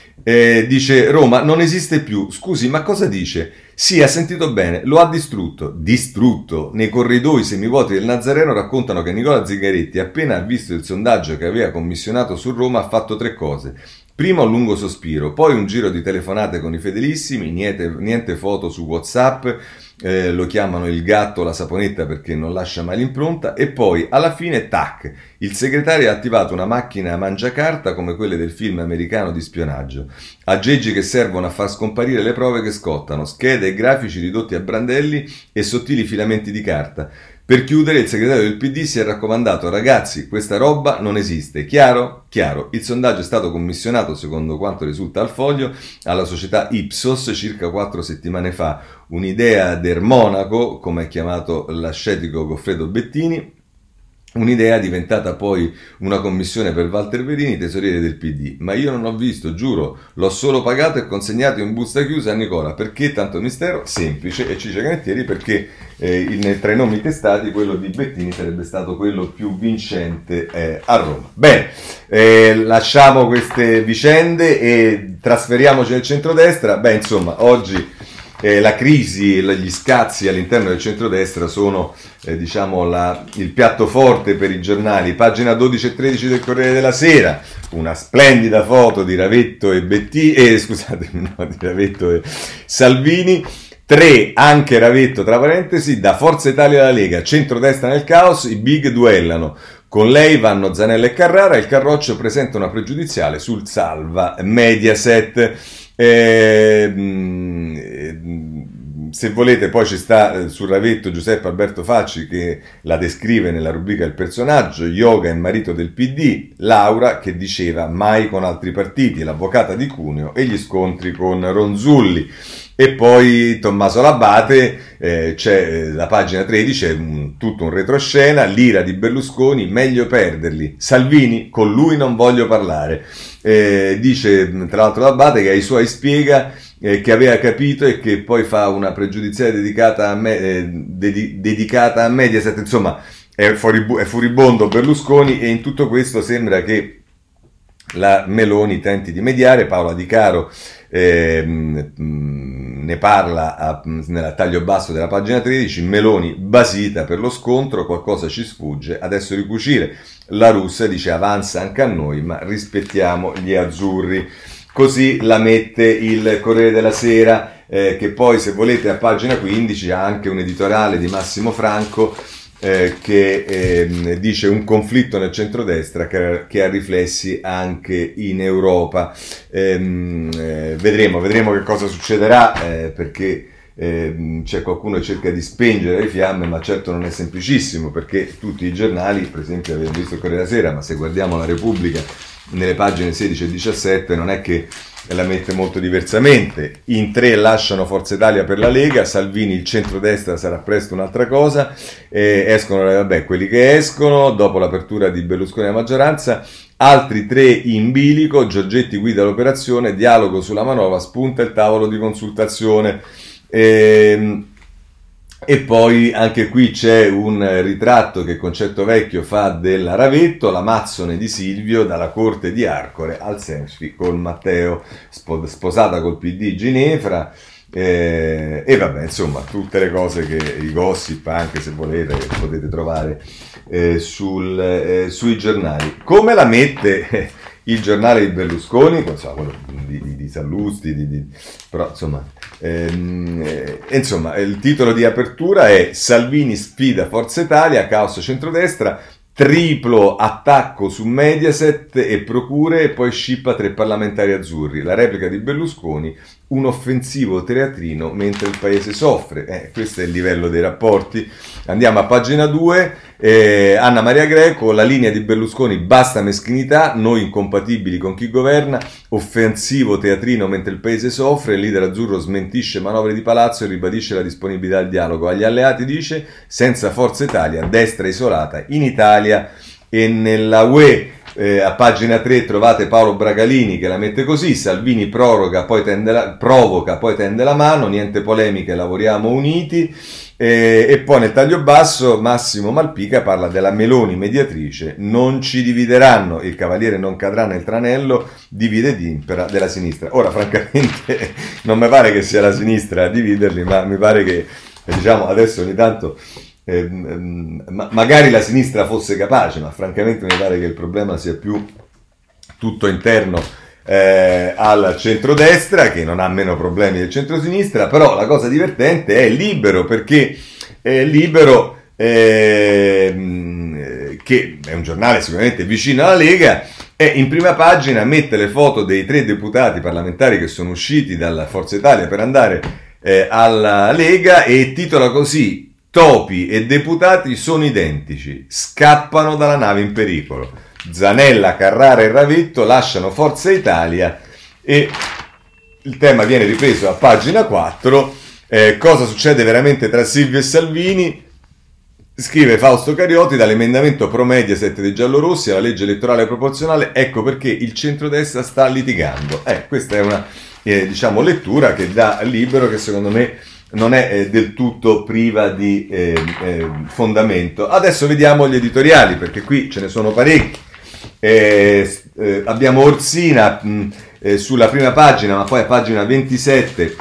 Dice Roma non esiste più. Scusi, ma cosa dice? Sì, ha sentito bene, lo ha distrutto. Distrutto. Nei corridoi semivuoti del Nazareno raccontano che Nicola Zingaretti, appena ha visto il sondaggio che aveva commissionato su Roma, ha fatto 3 cose. Prima un lungo sospiro, poi un giro di telefonate con i fedelissimi, niente foto su WhatsApp, lo chiamano il gatto, la saponetta, perché non lascia mai l'impronta, e poi alla fine tac, il segretario ha attivato una macchina mangiacarta come quelle del film americano di spionaggio, aggeggi che servono a far scomparire le prove che scottano, schede e grafici ridotti a brandelli e sottili filamenti di carta. Per chiudere, il segretario del PD si è raccomandato: ragazzi, questa roba non esiste. Chiaro? Chiaro. Il sondaggio è stato commissionato, secondo quanto risulta al Foglio, alla società Ipsos circa 4 settimane fa. Un'idea del Monaco, come è chiamato l'ascetico Goffredo Bettini, un'idea diventata poi una commissione per Walter Verini, tesoriere del PD. Ma io non ho visto, giuro, l'ho solo pagato e consegnato in busta chiusa a Nicola. Perché tanto mistero? Semplice, e ci dice Canettieri, perché tra i nomi testati quello di Bettini sarebbe stato quello più vincente a Roma. Bene, lasciamo queste vicende e trasferiamoci nel centrodestra. Beh, insomma, oggi la crisi e gli scazzi all'interno del centrodestra sono diciamo il piatto forte per i giornali. Pagina 12 e 13 del Corriere della Sera, una splendida foto di Ravetto e di Ravetto e Salvini. 3, anche Ravetto, tra parentesi, da Forza Italia alla Lega, centrodestra nel caos, i big duellano. Con lei vanno Zanella e Carrara, il Carroccio presenta una pregiudiziale sul salva Mediaset. Se volete, poi ci sta sul Ravetto Giuseppe Alberto Facci che la descrive nella rubrica Il personaggio, yoga e marito del PD, Laura che diceva mai con altri partiti, l'avvocata di Cuneo e gli scontri con Ronzulli. E poi Tommaso Labate, c'è la pagina 13, è tutto un retroscena, l'ira di Berlusconi, meglio perderli, Salvini, con lui non voglio parlare. Dice tra l'altro Labate che ai suoi spiega che aveva capito e che poi fa una pregiudiziale dedicata a Mediaset. Insomma, è furibondo Berlusconi, e in tutto questo sembra che la Meloni tenti di mediare. Paola Di Caro ne parla nel taglio basso della pagina 13. Meloni basita per lo scontro, qualcosa ci sfugge, adesso ricucire. La Russa dice avanza anche a noi, ma rispettiamo gli azzurri. Così la mette il Corriere della Sera. che poi, se volete, a pagina 15 ha anche un editoriale di Massimo Franco che dice un conflitto nel centrodestra che ha riflessi anche in Europa. Vedremo che cosa succederà, perché c'è qualcuno che cerca di spengere le fiamme, ma certo non è semplicissimo, perché tutti i giornali, per esempio abbiamo visto il Corriere della Sera, ma se guardiamo la Repubblica nelle pagine 16 e 17 non è che la mette molto diversamente. In 3 lasciano Forza Italia per la Lega, Salvini, il centrodestra sarà presto un'altra cosa, escono quelli che escono dopo l'apertura di Berlusconi alla maggioranza, altri 3 in bilico, Giorgetti guida l'operazione, dialogo sulla manovra, spunta il tavolo di consultazione. E poi anche qui c'è un ritratto che Concetto Vecchio fa della Ravetto, la Mazzone di Silvio dalla corte di Arcore al selfie con Matteo, sposata col PD Ginevra, e vabbè, insomma, tutte le cose che i gossip, anche se volete, che potete trovare sui giornali. Come la mette il giornale di Berlusconi, insomma, quello di Sallusti, però insomma, il titolo di apertura è Salvini sfida Forza Italia, caos centrodestra, triplo attacco su Mediaset e procure, e poi scippa 3 parlamentari azzurri, la replica di Berlusconi, un offensivo teatrino mentre il paese soffre. Questo è il livello dei rapporti. Andiamo a pagina 2, Anna Maria Greco, la linea di Berlusconi, basta meschinità, noi incompatibili con chi governa, offensivo teatrino mentre il paese soffre, il leader azzurro smentisce manovre di palazzo e ribadisce la disponibilità al dialogo. Agli alleati dice, senza Forza Italia, destra isolata in Italia e nella UE. A pagina 3 trovate Paolo Bragalini che la mette così: Salvini provoca, poi tende la mano, niente polemiche, lavoriamo uniti. E poi nel taglio basso Massimo Malpica parla della Meloni mediatrice, non ci divideranno, il cavaliere non cadrà nel tranello, divide ed impera della sinistra. Ora francamente non mi pare che sia la sinistra a dividerli, ma mi pare che, diciamo, adesso ogni tanto magari la sinistra fosse capace, ma francamente mi pare che il problema sia più tutto interno al centrodestra, che non ha meno problemi del centrosinistra. Però la cosa divertente è Libero, perché Libero, che è un giornale sicuramente vicino alla Lega, in prima pagina mette le foto dei 3 deputati parlamentari che sono usciti dalla Forza Italia per andare alla Lega e titola così: Topi e deputati sono identici, scappano dalla nave in pericolo. Zanella, Carrara e Ravetto lasciano Forza Italia, e il tema viene ripreso a pagina 4. Cosa succede veramente tra Silvio e Salvini? Scrive Fausto Carioti, dall'emendamento pro Mediaset dei giallorossi alla legge elettorale proporzionale, ecco perché il centrodestra sta litigando. Questa è una lettura che dà Libero, che secondo me non è del tutto priva di fondamento. Adesso vediamo gli editoriali, perché qui ce ne sono parecchi. Abbiamo Orsina sulla prima pagina, ma poi a pagina 27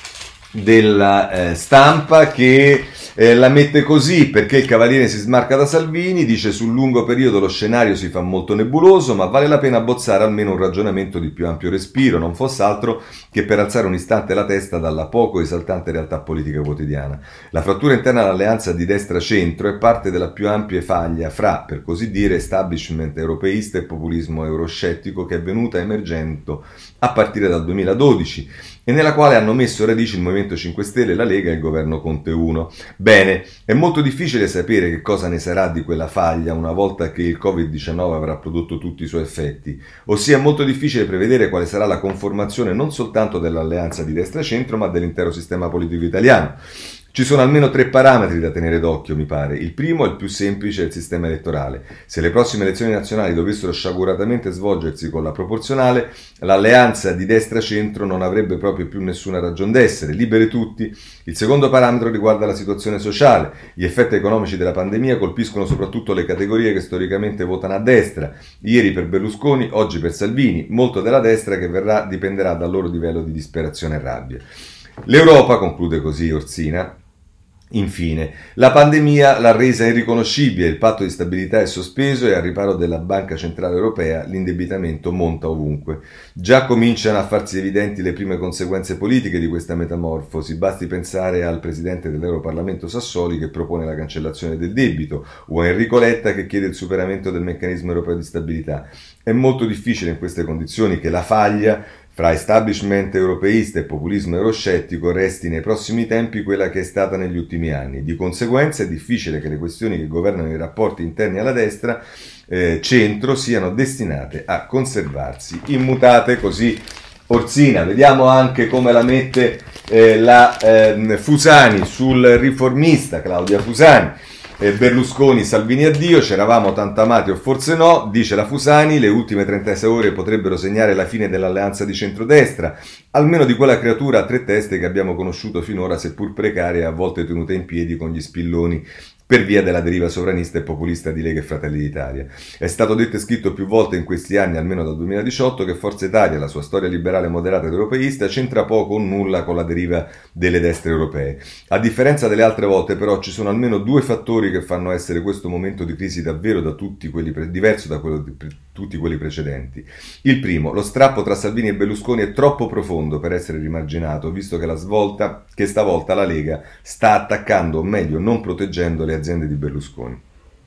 della Stampa, che la mette così: perché il Cavaliere si smarca da Salvini, dice sul lungo periodo lo scenario si fa molto nebuloso, ma vale la pena abbozzare almeno un ragionamento di più ampio respiro, non fosse altro che per alzare un istante la testa dalla poco esaltante realtà politica quotidiana. La frattura interna all'alleanza di destra-centro è parte della più ampia faglia fra, per così dire, establishment europeista e populismo euroscettico che è venuta emergendo a partire dal 2012 e nella quale hanno messo radici il Movimento 5 Stelle, la Lega e il governo Conte 1. Bene, è molto difficile sapere che cosa ne sarà di quella faglia una volta che il Covid-19 avrà prodotto tutti i suoi effetti, ossia è molto difficile prevedere quale sarà la conformazione non soltanto dell'alleanza di destra-centro, ma dell'intero sistema politico italiano. Ci sono almeno 3 parametri da tenere d'occhio, mi pare. Il primo è il più semplice, è il sistema elettorale. Se le prossime elezioni nazionali dovessero sciaguratamente svolgersi con la proporzionale, l'alleanza di destra-centro non avrebbe proprio più nessuna ragion d'essere, liberi tutti. Il secondo parametro riguarda la situazione sociale. Gli effetti economici della pandemia colpiscono soprattutto le categorie che storicamente votano a destra. Ieri per Berlusconi, oggi per Salvini. Molto della destra che verrà dipenderà dal loro livello di disperazione e rabbia. L'Europa, conclude così Orsina, Infine, la pandemia l'ha resa irriconoscibile, il patto di stabilità è sospeso e al riparo della Banca Centrale Europea l'indebitamento monta ovunque. Già cominciano a farsi evidenti le prime conseguenze politiche di questa metamorfosi, basti pensare al presidente dell'Europarlamento Sassoli che propone la cancellazione del debito o a Enrico Letta che chiede il superamento del meccanismo europeo di stabilità. È molto difficile in queste condizioni che la faglia fra establishment europeista e populismo euroscettico resti nei prossimi tempi quella che è stata negli ultimi anni. Di conseguenza è difficile che le questioni che governano i rapporti interni alla destra centro siano destinate a conservarsi immutate, così Orsina. Vediamo anche come la mette la Fusani sul Riformista, Claudia Fusani. Berlusconi, Salvini addio, c'eravamo tanto amati o forse no, dice la Fusani, le ultime 36 ore potrebbero segnare la fine dell'alleanza di centrodestra, almeno di quella creatura a tre teste che abbiamo conosciuto finora, seppur precaria e a volte tenuta in piedi con gli spilloni per via della deriva sovranista e populista di Lega e Fratelli d'Italia. È stato detto e scritto più volte in questi anni, almeno dal 2018, che Forza Italia, la sua storia liberale moderata ed europeista, c'entra poco o nulla con la deriva delle destre europee. A differenza delle altre volte, però, ci sono almeno due fattori che fanno essere questo momento di crisi davvero diverso da quello di tutti quelli precedenti. Il primo, lo strappo tra Salvini e Berlusconi è troppo profondo per essere rimarginato, visto che stavolta la Lega sta attaccando, o meglio non proteggendo le aziende di Berlusconi.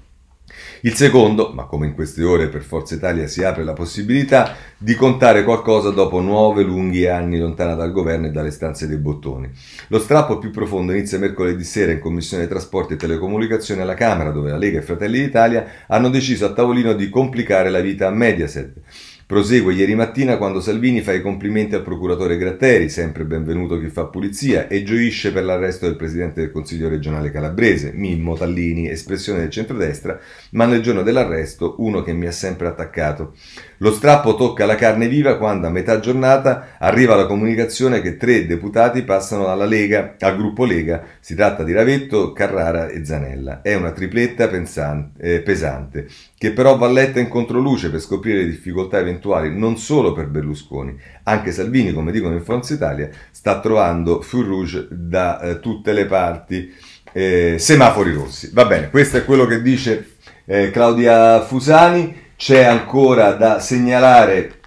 Il secondo, ma come in queste ore per Forza Italia si apre la possibilità di contare qualcosa dopo 9 lunghi anni lontana dal governo e dalle stanze dei bottoni. Lo strappo più profondo inizia mercoledì sera in Commissione Trasporti e Telecomunicazioni alla Camera, dove la Lega e Fratelli d'Italia hanno deciso a tavolino di complicare la vita a Mediaset. Prosegue ieri mattina quando Salvini fa i complimenti al procuratore Gratteri, sempre benvenuto chi fa pulizia, e gioisce per l'arresto del presidente del Consiglio regionale calabrese, Mimmo Tallini, espressione del centrodestra, ma nel giorno dell'arresto uno che mi ha sempre attaccato. Lo strappo tocca la carne viva quando a metà giornata arriva la comunicazione che 3 deputati passano dalla Lega al gruppo Lega, si tratta di Ravetto, Carrara e Zanella. È una tripletta pesante, che però va letta in controluce per scoprire le difficoltà eventuali non solo per Berlusconi. Anche Salvini, come dicono in Forza Italia, sta trovando fil rouge da tutte le parti, semafori rossi. Va bene, questo è quello che dice Claudia Fusani. C'è ancora da segnalare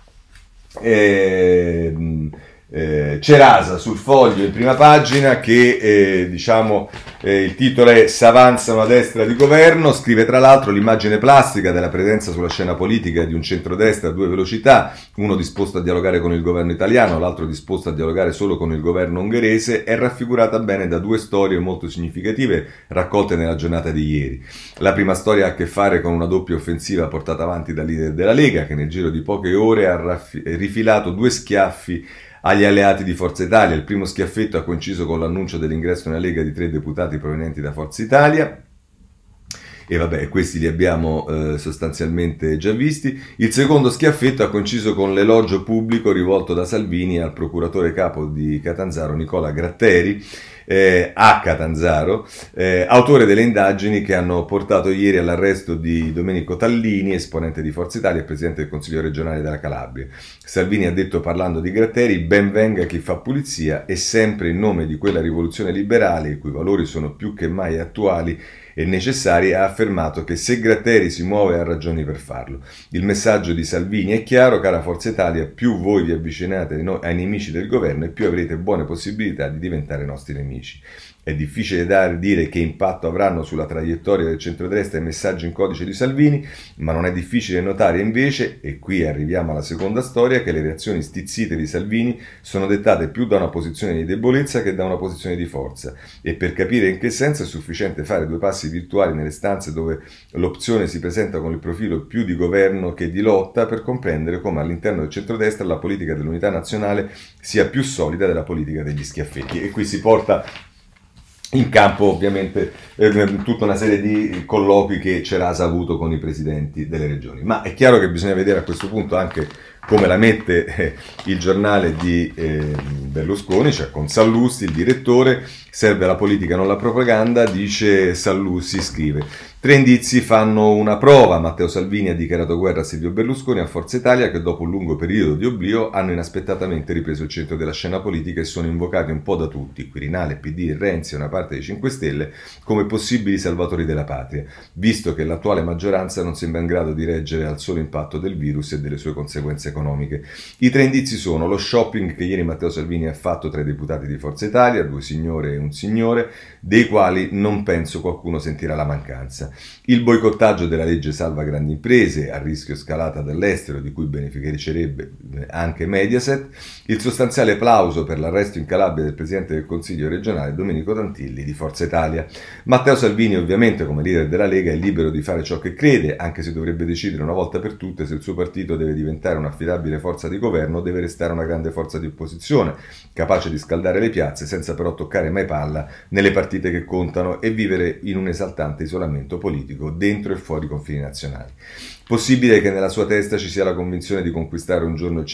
Cerasa sul Foglio in prima pagina che il titolo è "S'avanza una destra di governo", scrive tra l'altro l'immagine plastica della presenza sulla scena politica di un centrodestra a due velocità, uno disposto a dialogare con il governo italiano, l'altro disposto a dialogare solo con il governo ungherese, è raffigurata bene da due storie molto significative raccolte nella giornata di ieri. La prima storia ha a che fare con una doppia offensiva portata avanti dal leader della Lega che nel giro di poche ore ha rifilato 2 schiaffi agli alleati di Forza Italia. Il primo schiaffetto ha coinciso con l'annuncio dell'ingresso nella Lega di 3 deputati provenienti da Forza Italia. E vabbè, questi li abbiamo sostanzialmente già visti. Il secondo schiaffetto ha coinciso con l'elogio pubblico rivolto da Salvini al procuratore capo di Catanzaro, Nicola Gratteri, a Catanzaro, autore delle indagini che hanno portato ieri all'arresto di Domenico Tallini, esponente di Forza Italia e presidente del Consiglio regionale della Calabria. Salvini ha detto, parlando di Gratteri: "Ben venga chi fa pulizia", e sempre in nome di quella rivoluzione liberale, i cui valori sono più che mai attuali e necessari, ha affermato che se Gratteri si muove ha ragioni per farlo. Il messaggio di Salvini è chiaro: cara Forza Italia, più voi vi avvicinate ai nemici del governo e più avrete buone possibilità di diventare nostri nemici. È difficile dire che impatto avranno sulla traiettoria del centrodestra i messaggi in codice di Salvini, ma non è difficile notare invece, e qui arriviamo alla seconda storia, che le reazioni stizzite di Salvini sono dettate più da una posizione di debolezza che da una posizione di forza. E per capire in che senso è sufficiente fare 2 passi virtuali nelle stanze dove l'opzione si presenta con il profilo più di governo che di lotta, per comprendere come all'interno del centrodestra la politica dell'unità nazionale sia più solida della politica degli schiaffetti. E qui si porta in campo ovviamente tutta una serie di colloqui che Cerasa ha avuto con i presidenti delle regioni. Ma è chiaro che bisogna vedere a questo punto anche come la mette il giornale di Berlusconi, cioè con Sallusti, il direttore: "Serve la politica, non la propaganda", dice Sallusti, scrive. Tre indizi fanno una prova. Matteo Salvini ha dichiarato guerra a Silvio Berlusconi e a Forza Italia, che dopo un lungo periodo di oblio hanno inaspettatamente ripreso il centro della scena politica e sono invocati un po' da tutti, Quirinale, PD e Renzi e una parte dei 5 Stelle, come possibili salvatori della patria, visto che l'attuale maggioranza non sembra in grado di reggere al solo impatto del virus e delle sue conseguenze economiche. I tre indizi sono lo shopping che ieri Matteo Salvini ha fatto tra i deputati di Forza Italia, 2 signore e un signore, dei quali non penso qualcuno sentirà la mancanza. Il boicottaggio della legge salva grandi imprese, a rischio scalata dall'estero, di cui beneficerebbe anche Mediaset, il sostanziale plauso per l'arresto in Calabria del Presidente del Consiglio regionale Domenico Tantilli di Forza Italia. Matteo Salvini, ovviamente, come leader della Lega, è libero di fare ciò che crede, anche se dovrebbe decidere una volta per tutte se il suo partito deve diventare un'affidabile forza di governo o deve restare una grande forza di opposizione, capace di scaldare le piazze senza però toccare mai palla nelle partite che contano e vivere in un esaltante isolamento politico dentro e fuori i confini nazionali. Possibile che nella sua testa ci sia la convinzione di conquistare un giorno il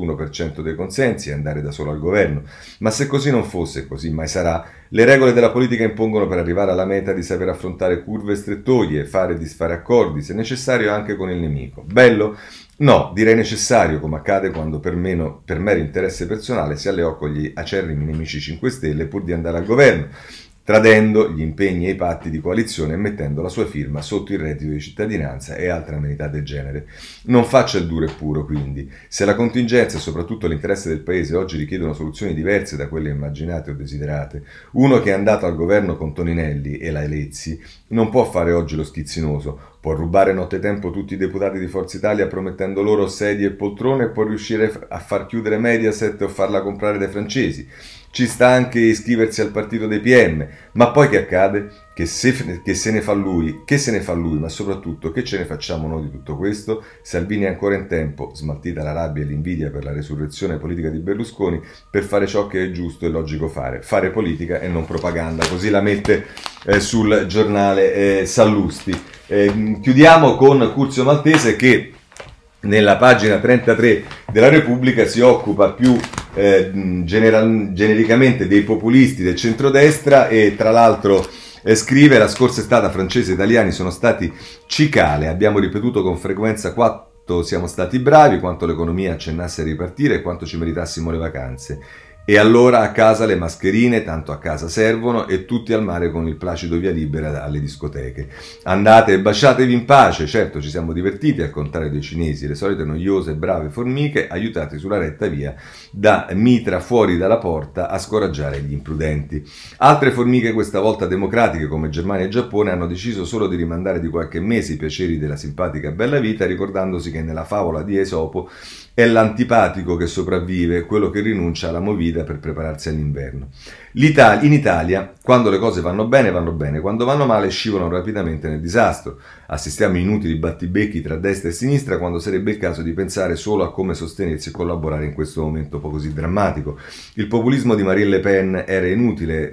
51% dei consensi e andare da solo al governo, ma se così non fosse, così mai sarà, le regole della politica impongono per arrivare alla meta di saper affrontare curve strettoie, fare e disfare accordi, se necessario anche con il nemico. Bello? No, direi necessario, come accade quando per mero interesse personale si alleò con gli acerrimi nemici 5 Stelle pur di andare al governo, tradendo gli impegni e i patti di coalizione e mettendo la sua firma sotto il reddito di cittadinanza e altre amenità del genere. Non faccia il duro e puro, quindi. Se la contingenza e soprattutto l'interesse del Paese oggi richiedono soluzioni diverse da quelle immaginate o desiderate, uno che è andato al governo con Toninelli e la Elezzi non può fare oggi lo schizzinoso, può rubare nottetempo tutti i deputati di Forza Italia promettendo loro sedie e poltrone e può riuscire a far chiudere Mediaset o farla comprare dai francesi. Ci sta anche iscriversi al partito dei PM, ma poi che accade? Che se ne fa lui, ma soprattutto che ce ne facciamo noi di tutto questo? Salvini è ancora in tempo, smaltita la rabbia e l'invidia per la resurrezione politica di Berlusconi, per fare ciò che è giusto e logico fare politica e non propaganda, così la mette sul giornale Sallusti. Chiudiamo con Curzio Maltese che nella pagina 33 della Repubblica si occupa più genericamente dei populisti del centrodestra e tra l'altro scrive: la scorsa estate francesi e italiani sono stati cicale, abbiamo ripetuto con frequenza quanto siamo stati bravi, quanto l'economia accennasse a ripartire e quanto ci meritassimo le vacanze. E allora a casa le mascherine, tanto a casa servono, e tutti al mare con il placido via libera alle discoteche. Andate e baciatevi in pace, certo ci siamo divertiti, al contrario dei cinesi, le solite noiose e brave formiche, aiutati sulla retta via da mitra fuori dalla porta a scoraggiare gli imprudenti. Altre formiche, questa volta democratiche come Germania e Giappone, hanno deciso solo di rimandare di qualche mese i piaceri della simpatica bella vita, ricordandosi che nella favola di Esopo è l'antipatico che sopravvive, quello che rinuncia alla movida per prepararsi all'inverno. In Italia, quando le cose vanno bene, quando vanno male scivolano rapidamente nel disastro. Assistiamo a inutili battibecchi tra destra e sinistra quando sarebbe il caso di pensare solo a come sostenersi e collaborare in questo momento così drammatico. Il populismo di Marine Le Pen era inutile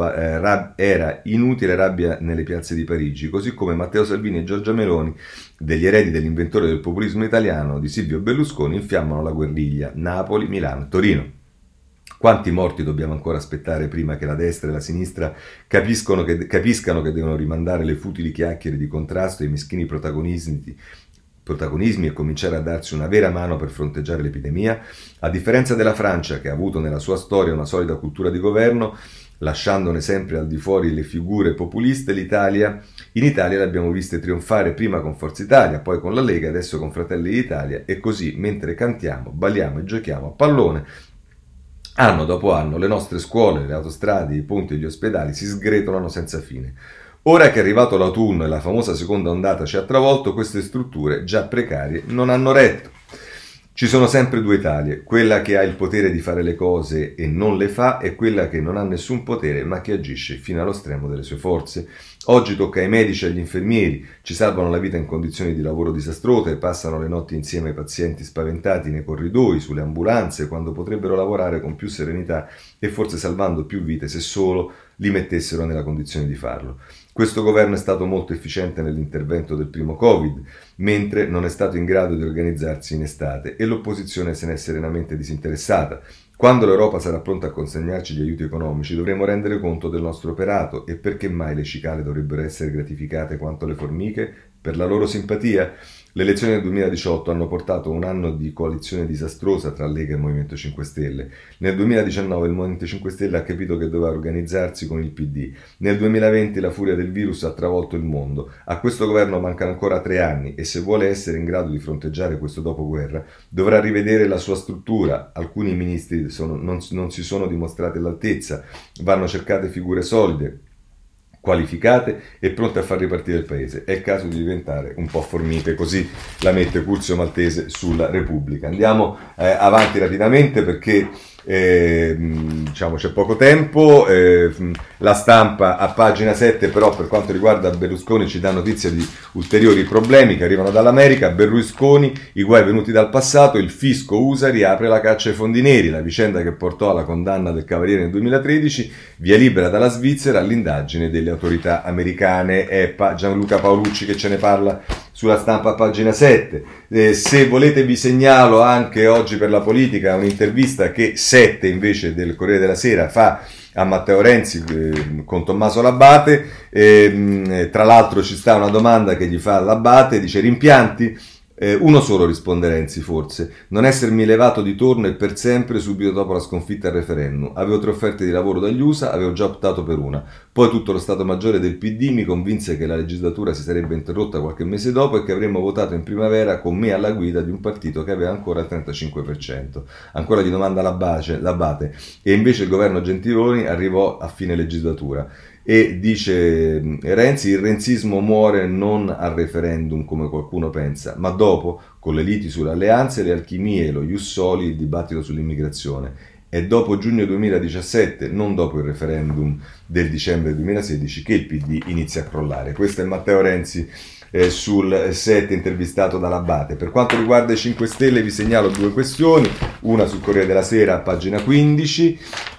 rabbia nelle piazze di Parigi, così come Matteo Salvini e Giorgia Meloni, degli eredi dell'inventore del populismo italiano di Silvio Berlusconi, infiammano la guerriglia Napoli, Milano, Torino. Quanti morti dobbiamo ancora aspettare prima che la destra e la sinistra capiscano che devono rimandare le futili chiacchiere di contrasto e i meschini protagonismi e cominciare a darsi una vera mano per fronteggiare l'epidemia? A differenza della Francia, che ha avuto nella sua storia una solida cultura di governo, lasciandone sempre al di fuori le figure populiste, in Italia le abbiamo viste trionfare prima con Forza Italia, poi con la Lega, adesso con Fratelli d'Italia, e così mentre cantiamo, balliamo e giochiamo a pallone, anno dopo anno le nostre scuole, le autostrade, i ponti e gli ospedali si sgretolano senza fine. Ora che è arrivato l'autunno e la famosa seconda ondata ci ha travolto, queste strutture già precarie non hanno retto. Ci sono sempre due Italie, quella che ha il potere di fare le cose e non le fa e quella che non ha nessun potere ma che agisce fino allo stremo delle sue forze. Oggi tocca ai medici e agli infermieri, ci salvano la vita in condizioni di lavoro disastrose, passano le notti insieme ai pazienti spaventati nei corridoi, sulle ambulanze, quando potrebbero lavorare con più serenità e forse salvando più vite se solo li mettessero nella condizione di farlo. Questo governo è stato molto efficiente nell'intervento del primo Covid, mentre non è stato in grado di organizzarsi in estate e l'opposizione se ne è serenamente disinteressata. Quando l'Europa sarà pronta a consegnarci gli aiuti economici dovremo rendere conto del nostro operato e perché mai le cicale dovrebbero essere gratificate quanto le formiche? Per la loro simpatia? Le elezioni del 2018 hanno portato un anno di coalizione disastrosa tra Lega e Movimento 5 Stelle. Nel 2019 il Movimento 5 Stelle ha capito che doveva organizzarsi con il PD. Nel 2020 la furia del virus ha travolto il mondo. A questo governo mancano ancora 3 anni e se vuole essere in grado di fronteggiare questo dopoguerra dovrà rivedere la sua struttura. Alcuni ministri non si sono dimostrati all'altezza. Vanno cercate figure solide, qualificate e pronte a far ripartire il paese. È il caso di diventare un po' formiche, così la mette Curzio Maltese sulla Repubblica. Andiamo avanti rapidamente perché diciamo c'è poco tempo. La Stampa a pagina 7 però per quanto riguarda Berlusconi ci dà notizia di ulteriori problemi che arrivano dall'America. Berlusconi, i guai venuti dal passato, il fisco USA riapre la caccia ai fondi neri, la vicenda che portò alla condanna del Cavaliere nel 2013, via libera dalla Svizzera all'indagine delle autorità americane. È Gianluca Paolucci che ce ne parla sulla Stampa a pagina 7. Se volete vi segnalo anche oggi per la politica un'intervista che 7 invece del Corriere della Sera fa a Matteo Renzi con Tommaso Labate. Tra l'altro ci sta una domanda che gli fa Labate, dice: rimpianti? Uno solo, risponde Renzi, forse, non essermi levato di torno e per sempre subito dopo la sconfitta al referendum. Avevo 3 offerte di lavoro dagli USA, avevo già optato per una. Poi tutto lo Stato Maggiore del PD mi convinse che la legislatura si sarebbe interrotta qualche mese dopo e che avremmo votato in primavera con me alla guida di un partito che aveva ancora il 35%. Ancora gli domanda Labate. E invece il governo Gentiloni arrivò a fine legislatura. E dice Renzi: il renzismo muore non al referendum come qualcuno pensa, ma dopo, con le liti sulle alleanze, le alchimie, lo ius soli, il dibattito sull'immigrazione. È dopo giugno 2017, non dopo il referendum del dicembre 2016, che il PD inizia a crollare. Questo è Matteo Renzi sul 7 intervistato da Labate. Per quanto riguarda i 5 Stelle vi segnalo 2 questioni, una sul Corriere della Sera a pagina 15,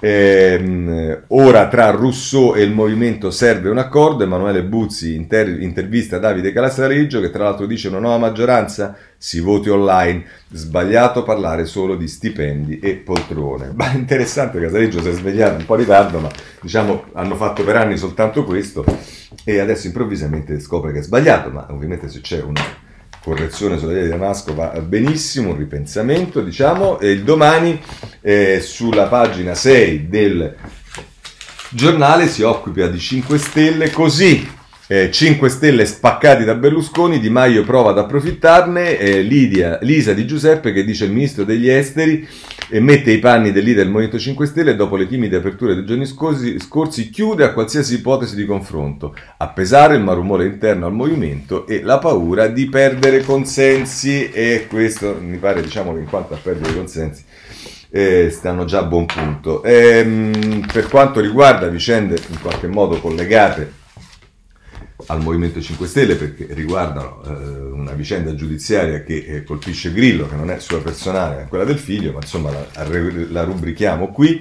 ora tra Rousseau e il movimento serve un accordo. Emanuele Buzzi intervista Davide Calasaleggio che tra l'altro dice: una nuova maggioranza, si voti online, sbagliato parlare solo di stipendi e poltrone. Ma interessante, Casaleggio si è svegliato un po' in ritardo, ma diciamo hanno fatto per anni soltanto questo e adesso improvvisamente scopre che è sbagliato, ma ovviamente se c'è una correzione sulla via di Damasco va benissimo, un ripensamento diciamo. E il Domani sulla pagina 6 del giornale si occupa di 5 Stelle così: 5 Stelle spaccati da Berlusconi, Di Maio prova ad approfittarne. Lisa Di Giuseppe che dice: il ministro degli esteri mette i panni del leader del Movimento 5 Stelle e dopo le timide aperture dei giorni scorsi chiude a qualsiasi ipotesi di confronto. A pesare il malumore interno al movimento e la paura di perdere consensi, e questo mi pare diciamo che in quanto a perdere consensi stanno già a buon punto. Per quanto riguarda vicende in qualche modo collegate al Movimento 5 Stelle, perché riguardano una vicenda giudiziaria che colpisce Grillo, che non è sua personale, è quella del figlio, ma insomma la rubrichiamo qui.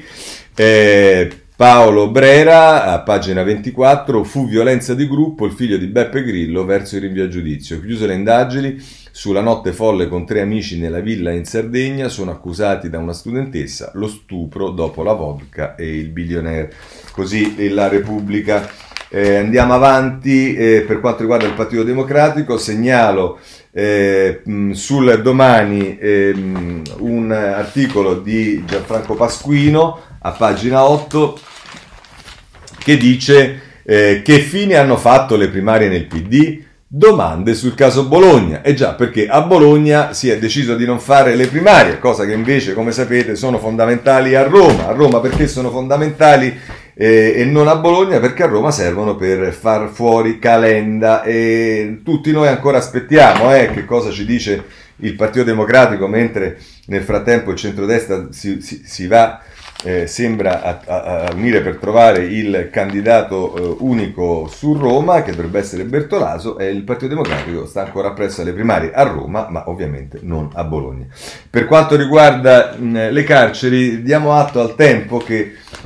Paolo Brera, a pagina 24, fu violenza di gruppo, il figlio di Beppe Grillo verso il rinvio a giudizio. Chiuse le indagini sulla notte folle con 3 amici nella villa in Sardegna, sono accusati da una studentessa, lo stupro dopo la vodka e il billionaire. Così la Repubblica. Andiamo avanti. Per quanto riguarda il Partito Democratico segnalo sul Domani un articolo di Gianfranco Pasquino a pagina 8 che dice che fine hanno fatto le primarie nel PD? Domande sul caso Bologna. Già, perché a Bologna si è deciso di non fare le primarie, cosa che invece, come sapete, sono fondamentali a Roma. A Roma perché sono fondamentali e non a Bologna? Perché a Roma servono per far fuori Calenda e tutti noi ancora aspettiamo che cosa ci dice il Partito Democratico, mentre nel frattempo il centrodestra si va sembra a unire per trovare il candidato unico su Roma, che dovrebbe essere Bertolaso, e il Partito Democratico sta ancora appresso alle primarie a Roma, ma ovviamente non a Bologna. Per quanto riguarda le carceri, diamo atto al Tempo che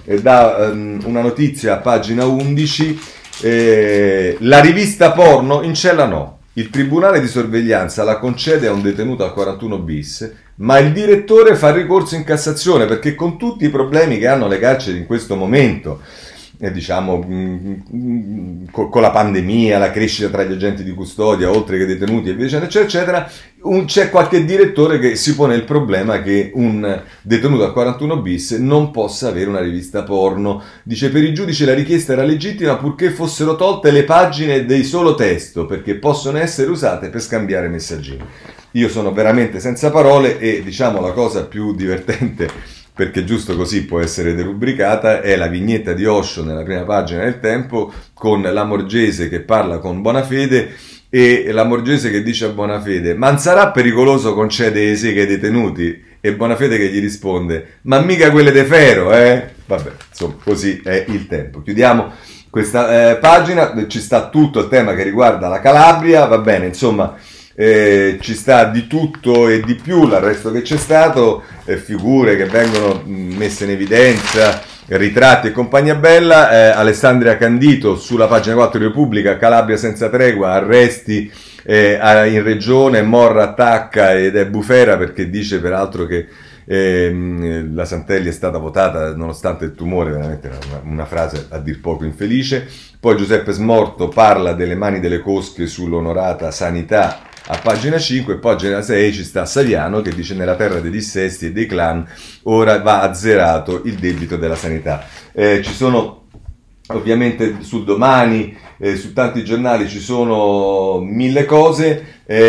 dà una notizia a pagina 11, la rivista porno in cella no. Il tribunale di sorveglianza la concede a un detenuto al 41 bis, ma il direttore fa ricorso in Cassazione perché con tutti i problemi che hanno le carceri in questo momento, diciamo con la pandemia, la crescita tra gli agenti di custodia, oltre che detenuti e via dicendo, eccetera, c'è qualche direttore che si pone il problema che un detenuto al 41 bis non possa avere una rivista porno. Dice: per i giudici la richiesta era legittima purché fossero tolte le pagine dei solo testo, perché possono essere usate per scambiare messaggini. Io sono veramente senza parole, e diciamo la cosa più divertente, perché giusto così può essere derubricata, è la vignetta di Osho nella prima pagina del Tempo, con Lamorgese che parla con Bonafede, e Lamorgese che dice a Bonafede: ma non sarà pericoloso concedere le seghe ai detenuti? E Bonafede che gli risponde: ma mica quelle de Fero, eh? Vabbè, insomma, così è il Tempo. Chiudiamo questa pagina, ci sta tutto il tema che riguarda la Calabria, va bene, insomma, ci sta di tutto e di più, l'arresto che c'è stato, figure che vengono messe in evidenza, ritratti e compagnia bella. Alessandria Candito sulla pagina 4 di Repubblica: Calabria senza tregua, arresti in regione, Morra attacca ed è bufera perché dice peraltro che la Santelli è stata votata nonostante il tumore, veramente una frase a dir poco infelice. Poi Giuseppe Smorto parla delle mani delle cosche sull'onorata sanità a pagina 5, e pagina 6 ci sta Saviano che dice: nella terra dei dissesti e dei clan ora va azzerato il debito della sanità. Ci sono ovviamente sul Domani, su tanti giornali ci sono mille cose.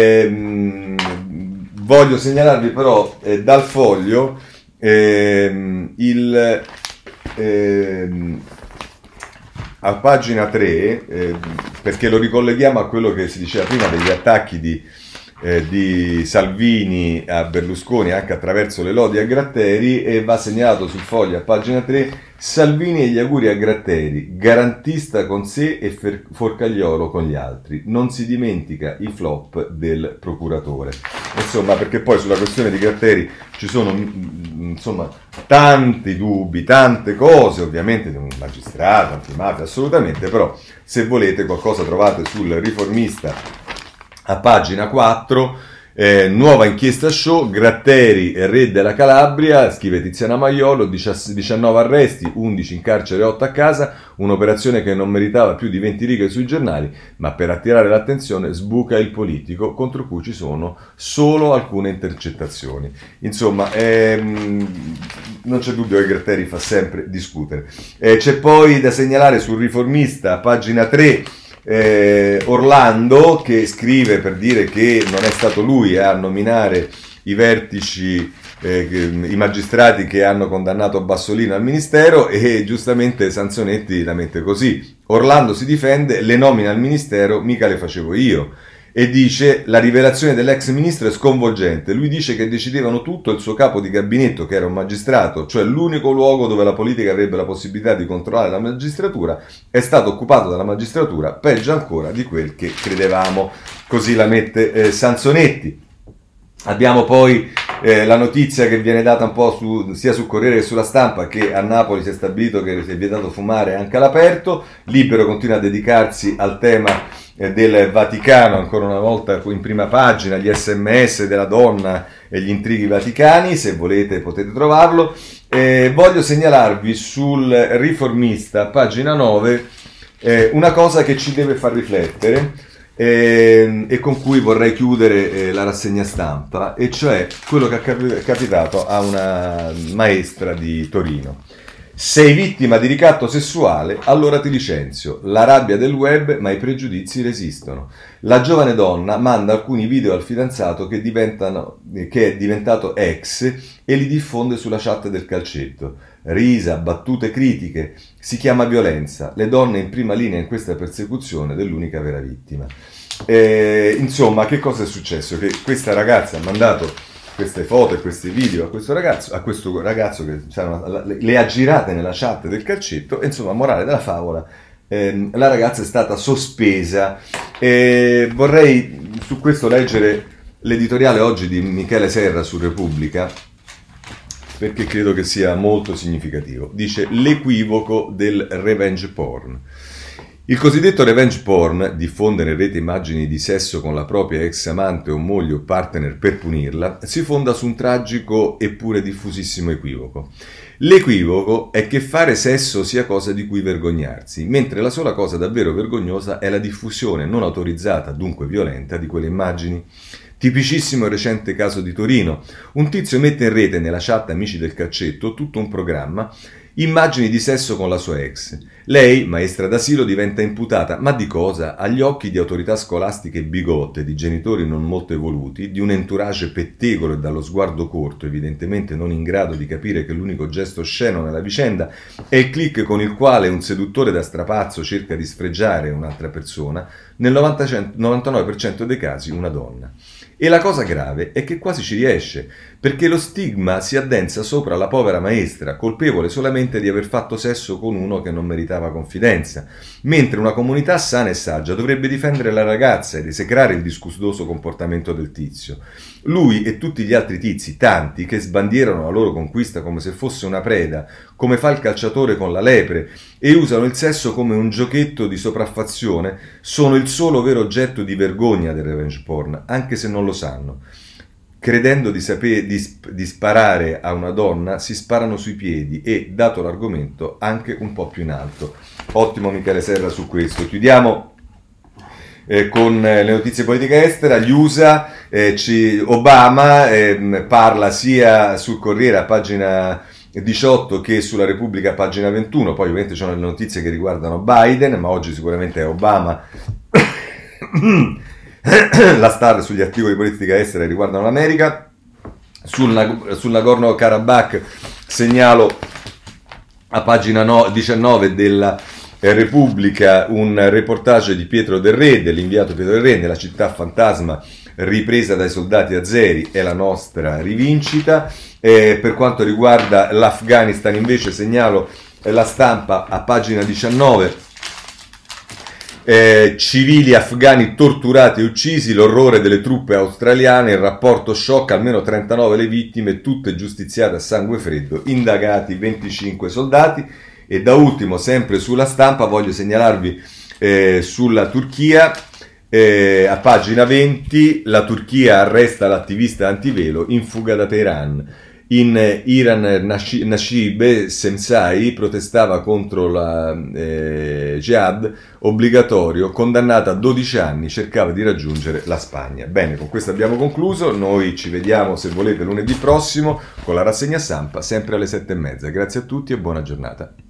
Voglio segnalarvi però dal Foglio a pagina 3, perché lo ricolleghiamo a quello che si diceva prima degli attacchi di Salvini a Berlusconi anche attraverso le lodi a Gratteri, e va segnalato sul Foglio a pagina 3: Salvini e gli auguri a Gratteri, garantista con sé e forcagliolo con gli altri, non si dimentica i flop del procuratore. Insomma, perché poi sulla questione di Gratteri ci sono insomma tanti dubbi, tante cose, ovviamente di un magistrato, antimafia, assolutamente, però se volete qualcosa trovate sul Riformista a pagina 4. Nuova inchiesta show, Gratteri re della Calabria, scrive Tiziana Maiolo, 19 arresti, 11 in carcere e 8 a casa, un'operazione che non meritava più di 20 righe sui giornali, ma per attirare l'attenzione sbuca il politico, contro cui ci sono solo alcune intercettazioni. Insomma, non c'è dubbio che Gratteri fa sempre discutere. C'è poi da segnalare sul Riformista, pagina 3, Orlando che scrive per dire che non è stato lui a nominare i vertici, i magistrati che hanno condannato Bassolino al ministero, e giustamente Sansonetti la mette così: Orlando si difende, le nomine al ministero mica le facevo io, e dice: la rivelazione dell'ex ministro è sconvolgente, lui dice che decidevano tutto il suo capo di gabinetto che era un magistrato, cioè l'unico luogo dove la politica avrebbe la possibilità di controllare la magistratura è stato occupato dalla magistratura, peggio ancora di quel che credevamo. Così la mette Sansonetti. Abbiamo poi la notizia che viene data un po' sia sul Corriere che sulla Stampa, che a Napoli si è stabilito che si è vietato fumare anche all'aperto. Libero continua a dedicarsi al tema del Vaticano, ancora una volta in prima pagina, gli SMS della donna e gli intrighi vaticani, se volete potete trovarlo. Voglio segnalarvi sul Riformista, pagina 9, una cosa che ci deve far riflettere, e con cui vorrei chiudere la rassegna stampa, e cioè quello che è capitato a una maestra di Torino. Sei vittima di ricatto sessuale, allora ti licenzio. La rabbia del web, ma i pregiudizi resistono. La giovane donna manda alcuni video al fidanzato che è diventato ex, e li diffonde sulla chat del calcetto. Risa, battute critiche, si chiama violenza. Le donne in prima linea in questa persecuzione dell'unica vera vittima. Insomma, che cosa è successo? Che questa ragazza ha mandato queste foto e questi video a questo ragazzo che le ha girate nella chat del calcetto, e insomma, morale della favola, la ragazza è stata sospesa. Vorrei su questo leggere l'editoriale oggi di Michele Serra su Repubblica, perché credo che sia molto significativo. Dice l'equivoco del revenge porn. Il cosiddetto revenge porn, diffondere in rete immagini di sesso con la propria ex amante o moglie o partner per punirla, si fonda su un tragico eppure diffusissimo equivoco. L'equivoco è che fare sesso sia cosa di cui vergognarsi, mentre la sola cosa davvero vergognosa è la diffusione non autorizzata, dunque violenta, di quelle immagini. Tipicissimo il recente caso di Torino. Un tizio mette in rete nella chat Amici del Calcetto tutto un programma, immagini di sesso con la sua ex. Lei, maestra d'asilo, diventa imputata, ma di cosa? Agli occhi di autorità scolastiche bigotte, di genitori non molto evoluti, di un entourage pettegolo e dallo sguardo corto, evidentemente non in grado di capire che l'unico gesto osceno nella vicenda è il click con il quale un seduttore da strapazzo cerca di sfregiare un'altra persona, nel 99% dei casi una donna. E la cosa grave è che quasi ci riesce, perché lo stigma si addensa sopra la povera maestra, colpevole solamente di aver fatto sesso con uno che non meritava confidenza, mentre una comunità sana e saggia dovrebbe difendere la ragazza ed esecrare il disgustoso comportamento del tizio. Lui e tutti gli altri tizi, tanti, che sbandierano la loro conquista come se fosse una preda, come fa il calciatore con la lepre, e usano il sesso come un giochetto di sopraffazione, sono il solo vero oggetto di vergogna del revenge porn, anche se non lo sanno. Credendo di sparare a una donna, si sparano sui piedi e, dato l'argomento, anche un po' più in alto. Ottimo Michele Serra su questo. Chiudiamo con le notizie politica estera. Gli USA, Obama parla sia sul Corriere a pagina 18 che sulla Repubblica a pagina 21, poi ovviamente ci sono le notizie che riguardano Biden, ma oggi sicuramente è Obama la star sugli articoli di politica estera che riguardano l'America. Sul Nagorno-Karabakh segnalo a pagina 19 della Repubblica un reportage di Pietro Del Re, dell'inviato Pietro Del Re, nella città fantasma ripresa dai soldati azeri, è la nostra rivincita. Per quanto riguarda l'Afghanistan invece segnalo la Stampa a pagina 19, civili afghani torturati e uccisi, l'orrore delle truppe australiane, il rapporto shock, almeno 39 le vittime, tutte giustiziate a sangue freddo, indagati 25 soldati. E da ultimo, sempre sulla Stampa, voglio segnalarvi sulla Turchia, a pagina 20, la Turchia arresta l'attivista antivelo in fuga da Teheran. In Iran Nasheed Semsai protestava contro la jihad obbligatorio, condannata a 12 anni, cercava di raggiungere la Spagna. Bene, con questo abbiamo concluso, noi ci vediamo se volete lunedì prossimo con la rassegna stampa, sempre alle 7:30. Grazie a tutti e buona giornata.